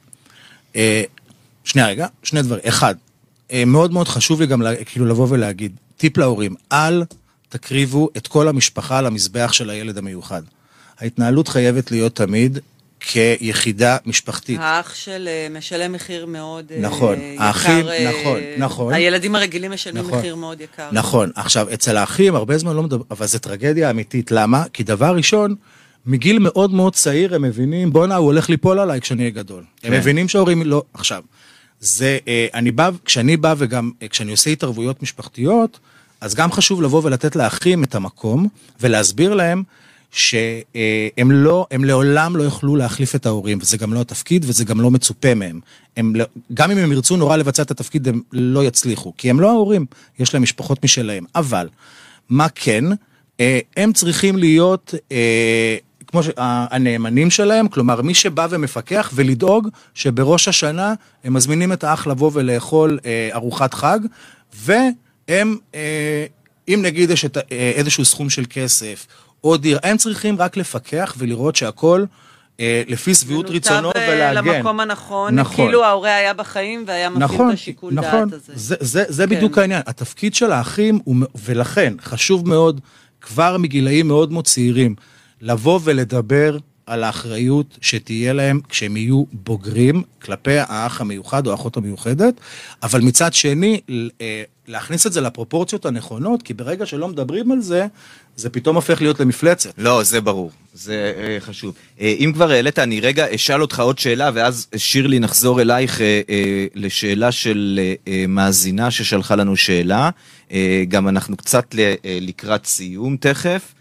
שני רגע, שני דברים. אחד, מאוד מאוד חשוב לי גם כאילו לבוא ולהגיד, טיפ להורים, אל תקריבו את כל המשפחה למזבח של הילד המיוחד. ההתנהלות חייבת להיות תמיד כיחידה משפחתית. האח של משלם מחיר מאוד נכון, יקר. האחים, נכון, נכון. הילדים הרגילים משלמים נכון, מחיר מאוד יקר. נכון, עכשיו, אצל האחים הרבה זמן לא מדבר, אבל זה טרגדיה אמיתית. למה? כי דבר ראשון, מגיל מאוד מאוד צעיר הם מבינים, בוא נה, הוא הולך ליפול עליי כשאני אהיה גדול. כן. הם מבינים שההורים לא... עכשיו, זה, אני בא, כשאני בא וגם, כשאני עושה התערבויות משפחתיות, אז גם חשוב לבוא ולתת לאחים את המקום, ולהסביר להם שהם לא, הם לעולם לא יוכלו להחליף את ההורים, וזה גם לא התפקיד, וזה גם לא מצופה מהם. הם, גם אם הם ירצו נורא לבצע את התפקיד, הם לא יצליחו, כי הם לא ההורים, יש להם משפחות משלהם. אבל, מה כן? הם צריכים להיות... כמו שהנאמנים שלהם, כלומר מי שבא ומפקח ולדאוג שבראש השנה הם מזמינים את האח לבוא ולאכול אה, ארוחת חג, והם, אה, אם נגיד יש את, אה, איזשהו סכום של כסף, או דיר, הם צריכים רק לפקח ולראות שהכל אה, לפי סביעות רצונו ולהגן. למקום הנכון, נכון. כאילו ההורה היה בחיים והיה מפעיל נכון, את השיקול נכון. דעת הזה. זה, זה, זה כן. בדיוק העניין. התפקיד של האחים, הוא, ולכן חשוב מאוד, כבר מגילאים מאוד מאוד צעירים, לבוא ולדבר על האחריות שתהיה להם כשהם יהיו בוגרים כלפי האח המיוחד או האחות המיוחדת, אבל מצד שני, להכניס את זה לפרופורציות הנכונות, כי ברגע שלא מדברים על זה, זה פתאום הופך להיות למפלצת. לא, זה ברור, זה חשוב. אם כבר העלית, אני רגע אשאל אותך עוד שאלה, ואז שירלי נחזור אלייך לשאלה של מאזינה ששלחה לנו שאלה, גם אנחנו קצת לקראת סיום תכף,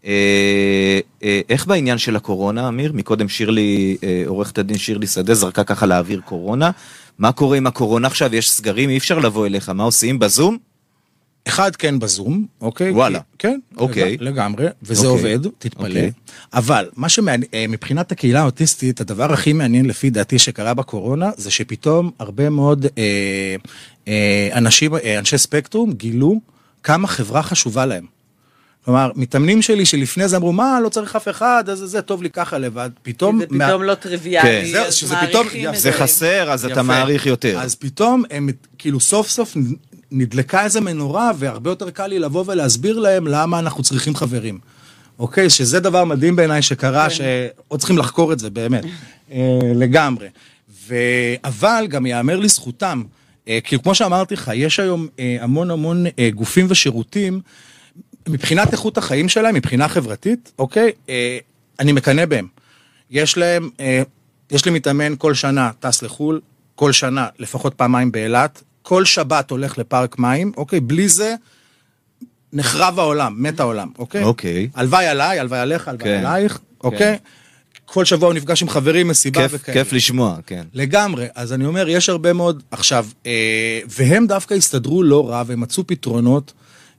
איך בעניין של הקורונה, אמיר? מקודם שירלי, עורכת הדין שירלי שדה, זרקה ככה להעביר קורונה. מה קורה עם הקורונה עכשיו? יש סגרים, אי אפשר לבוא אליך. מה עושים? בזום? אחד כן בזום, אוקיי? וואלה. כן, אוקיי. לגמרי, וזה עובד, תתפלא. אבל מה שמבחינת הקהילה האוטיסטית, הדבר הכי מעניין לפי דעתי שקרה בקורונה, זה שפתאום הרבה מאוד אנשים, אנשי ספקטרום, גילו כמה חברה חשובה להם. כלומר, מתאמנים שלי שלפני זה אמרו, מה, לא צריך אף אחד, אז זה טוב לי ככה לבד. פתאום... זה פתאום לא טריוויאלי, זה פתאום, זה חסר, אז אתה מעריך יותר. אז פתאום, הם כאילו סוף סוף נדלקה איזה מנורה, והרבה יותר קל לי לבוא ולהסביר להם למה אנחנו צריכים חברים. אוקיי? שזה דבר מדהים בעיניי שקרה, שעוד צריכים לחקור את זה, באמת. לגמרי. אבל גם יאמר לזכותם, כי כמו שאמרתי לך, יש היום המון המון גופים ושירותים, מבחינת איכות החיים שלהם, מבחינה חברתית, אוקיי, אה, אני מקנה בהם. יש להם, אה, יש לי מתאמן כל שנה, טס לחול, כל שנה, לפחות פעמיים באילת, כל שבת הולך לפארק מים, אוקיי, בלי זה, נחרב העולם, מת העולם, אוקיי? אוקיי. הלוואי עליי, הלוואי עליך, הלוואי כן. עלייך, אוקיי? כל שבוע הוא נפגש עם חברים, מסיבה כיף, וכאלה. כיף לשמוע, כן. לגמרי, אז אני אומר, יש הרבה מאוד, עכשיו, אה, והם דווקא הסתדרו לא רע, והם מצאו פתרונות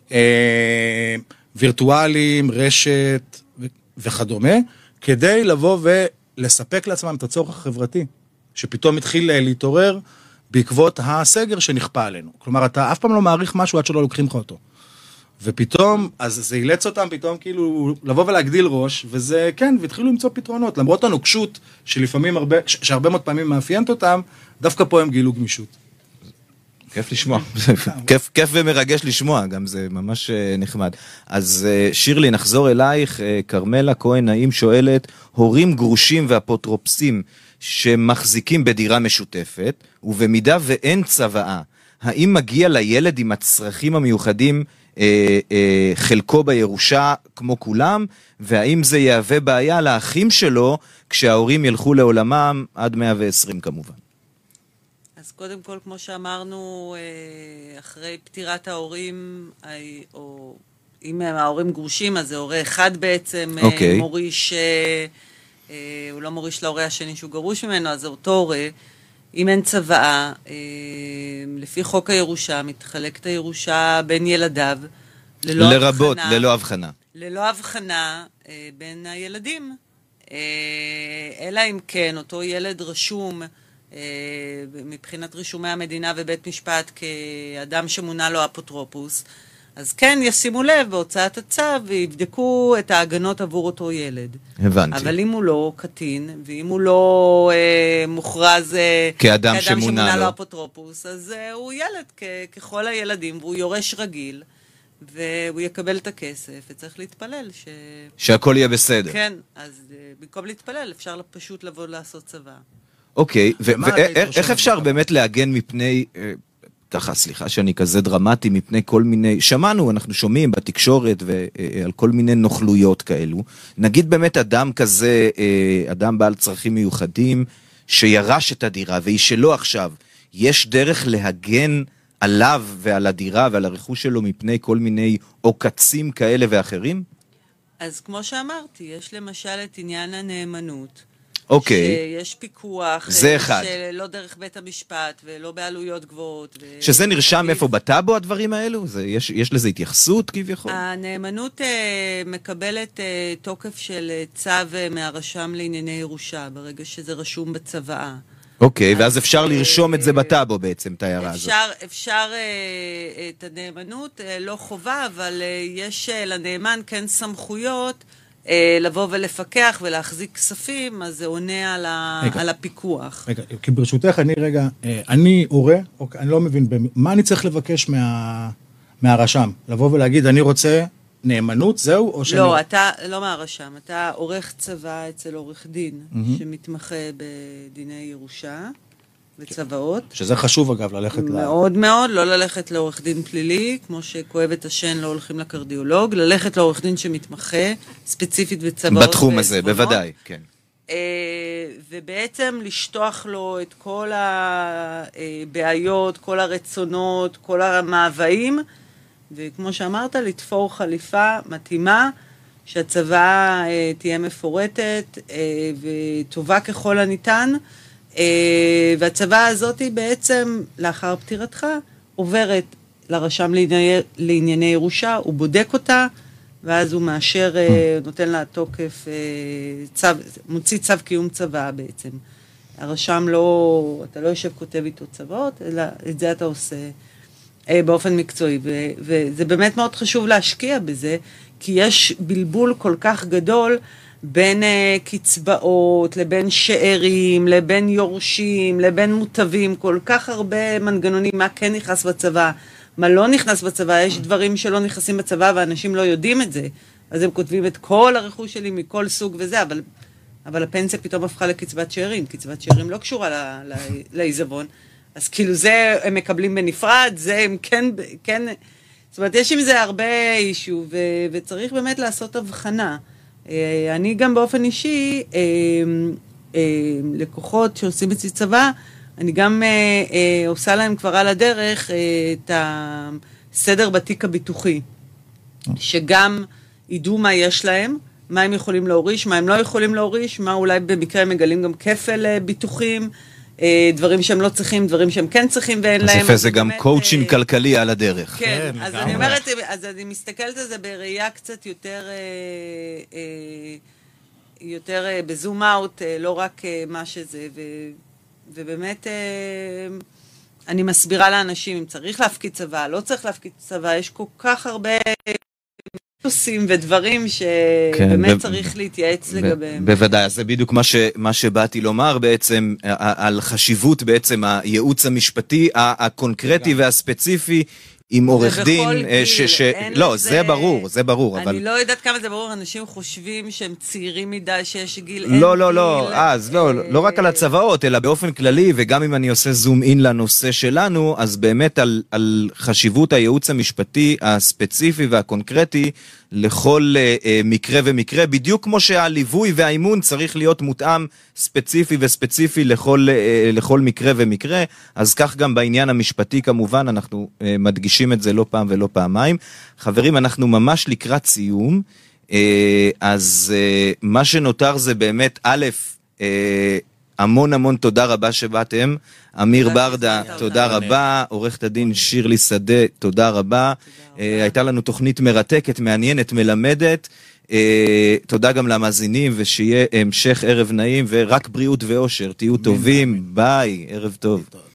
אה, וירטואליים, רשת ו- וכדומה, כדי לבוא ולספק לעצמם את הצורך החברתי, שפתאום התחיל להתעורר בעקבות הסגר שנכפה עלינו. כלומר, אתה אף פעם לא מעריך משהו עד שלא לוקחים לך אותו. ופתאום, אז זה אילץ אותם פתאום כאילו לבוא ולהגדיל ראש, וזה כן, והתחילו למצוא פתרונות, למרות הנוקשות שלפעמים הרבה, שהרבה מאוד פעמים מאפיינת אותם, דווקא פה הם גילו גמישות. כיף לשמוע, כיף, כיף ומרגש לשמוע, גם זה ממש נחמד. אז שירלי, נחזור אלייך, קרמלה כהן נעים שואלת, הורים גרושים ואפוטרופסים שמחזיקים בדירה משותפת, ובמידה ואין צוואה, האם מגיע לילד עם הצרכים המיוחדים אה, אה, חלקו בירושה כמו כולם, והאם זה יהווה בעיה לאחים שלו כשההורים ילכו לעולמם עד מאה ועשרים כמובן? אז קודם כל, כמו שאמרנו, אחרי פטירת ההורים, או אם ההורים גרושים, אז זה הורה אחד בעצם okay. מוריש, הוא לא מוריש להורה השני שהוא גרוש ממנו, אז זה אותו הורה. אם אין צוואה, לפי חוק הירושה, מתחלקת הירושה בין ילדיו, ללא לרבות, הבחנה, ללא הבחנה. ללא הבחנה בין הילדים. אלא אם כן, אותו ילד רשום, מבחינת רישומי המדינה ובית משפט כאדם שמונה לו אפוטרופוס, אז כן ישימו לב בהוצאת הצו ויבדקו את ההגנות עבור אותו ילד. הבנתי. אבל אם הוא לא קטין, ואם הוא לא אה, מוכרז אה, כאדם, כאדם שמונה, שמונה לו. לו אפוטרופוס, אז אה, הוא ילד כ- ככל הילדים, והוא יורש רגיל, והוא יקבל את הכסף, וצריך להתפלל ש... שהכל יהיה בסדר. כן, אז אה, במקום להתפלל אפשר פשוט לבוא לעשות צבא. אוקיי, ומה אתה היית ואיך חושב אפשר בזה? באמת להגן מפני, אה, ככה, סליחה שאני כזה דרמטי, מפני כל מיני, שמענו, אנחנו שומעים בתקשורת ועל כל מיני נוכלויות כאלו. נגיד באמת אדם כזה, אה, אדם בעל צרכים מיוחדים, שירש את הדירה והיא שלו עכשיו, יש דרך להגן עליו ועל הדירה ועל הרכוש שלו מפני כל מיני עוקצים כאלה ואחרים? אז כמו שאמרתי, יש למשל את עניין הנאמנות. אוקיי. שיש פיקוח. זה אחד. שלא דרך בית המשפט ולא בעלויות גבוהות. ו... שזה נרשם איפה בטאבו הדברים האלו? זה, יש, יש לזה התייחסות כביכול? הנאמנות אה, מקבלת אה, תוקף של אה, צו אה, מהרשם לענייני ירושה, ברגע שזה רשום בצוואה. אוקיי, ואז אפשר לרשום את זה בטאבו בעצם, את ההערה הזאת. אפשר, אפשר אה, את הנאמנות, אה, לא חובה, אבל אה, יש אה, לנאמן כן סמכויות אה, לבוא ולפקח ולהחזיק כספים, אז זה עונה על, ה, על הפיקוח. רגע, כי ברשותך, אני רגע, אה, אני הורה, אוקיי, אני לא מבין, במ- מה אני צריך לבקש מה, מהרשם? לבוא ולהגיד, אני רוצה נאמנות, זהו? או שאני... לא, אתה לא מהרשם, אתה עורך צבא אצל עורך דין, שמתמחה בדיני ירושה וצוואות. שזה חשוב אגב, ללכת ל... מאוד מאוד, לא ללכת לעורך דין פלילי, כמו שכואב את השן לא הולכים לקרדיולוג, ללכת לעורך דין שמתמחה, ספציפית בצוואות. בתחום הזה, ועזבונות. בוודאי, כן. אה, ובעצם לשטוח לו את כל הבעיות, כל הרצונות, כל המאוויים, וכמו שאמרת, לתפור חליפה מתאימה, שהצבא אה, תהיה מפורטת אה, וטובה ככל הניתן, אה, והצבא הזאת היא בעצם, לאחר פטירתך, עוברת לרשם לענייני, לענייני ירושה, הוא בודק אותה, ואז הוא מאשר, אה, נותן לה תוקף, אה, צו, מוציא צו קיום צבא בעצם. הרשם לא, אתה לא יושב כותב איתו צבאות, אלא את זה אתה עושה באופן מקצועי, ו- וזה באמת מאוד חשוב להשקיע בזה, כי יש בלבול כל כך גדול בין uh, קצבאות, לבין שארים, לבין יורשים, לבין מוטבים, כל כך הרבה מנגנונים, מה כן נכנס בצבא, מה לא נכנס בצבא, יש דברים שלא נכנסים בצבא ואנשים לא יודעים את זה, אז הם כותבים את כל הרכוש שלי מכל סוג וזה, אבל, אבל הפנסיה פתאום הפכה לקצבת שארים, קצבת שארים לא קשורה ל- ל- לעיזבון, אז כאילו זה הם מקבלים בנפרד, זה הם כן, כן, זאת אומרת, יש עם זה הרבה אישו, ו, וצריך באמת לעשות הבחנה. אני גם באופן אישי, לקוחות שעושים אצלי צבא, אני גם עושה להם כבר על הדרך את הסדר בתיק הביטוחי. שגם ידעו מה יש להם, מה הם יכולים להוריש, מה הם לא יכולים להוריש, מה אולי במקרה מגלים גם כפל ביטוחים, דברים שהם לא צריכים, דברים שהם כן צריכים ואין להם. אז יפה, זה גם קואוצ'ינג כלכלי על הדרך. כן, אז אני אומרת, אז אני מסתכלת על זה בראייה קצת יותר, יותר בזום אאוט, לא רק מה שזה, ובאמת אני מסבירה לאנשים אם צריך להפקיד צבא, לא צריך להפקיד צבא, יש כל כך הרבה עושים ודברים שבאמת צריך להתייעץ לגביהם. בוודאי, אז זה בדיוק מה שבאתי לומר בעצם, על חשיבות בעצם הייעוץ המשפטי הקונקרטי והספציפי, עם עורך דין, לא, זה ברור, זה ברור. אני לא יודעת כמה זה ברור, אנשים חושבים שהם צעירים מדי, שיש גיל... לא, לא, לא, אז לא, לא רק על הצבאות, אלא באופן כללי, וגם אם אני עושה זום אין לנושא שלנו, אז באמת על חשיבות הייעוץ המשפטי הספציפי והקונקרטי, לכל מקרה ומקרה, בדיוק כמו שהליווי והאימון צריך להיות מותאם ספציפי וספציפי לכל, לכל מקרה ומקרה, אז כך גם בעניין המשפטי כמובן, אנחנו מדגישים את זה לא פעם ולא פעמיים. חברים, אנחנו ממש לקראת סיום, אז מה שנותר זה באמת, א', המון המון תודה רבה שבאתם, אמיר ברדה, תודה רבה, עורכת הדין שירלי שדה, תודה רבה, הייתה לנו תוכנית מרתקת, מעניינת, מלמדת, תודה גם למאזינים, ושיהיה המשך ערב נעים, ורק בריאות ואושר, תהיו טובים, ביי, ערב טוב.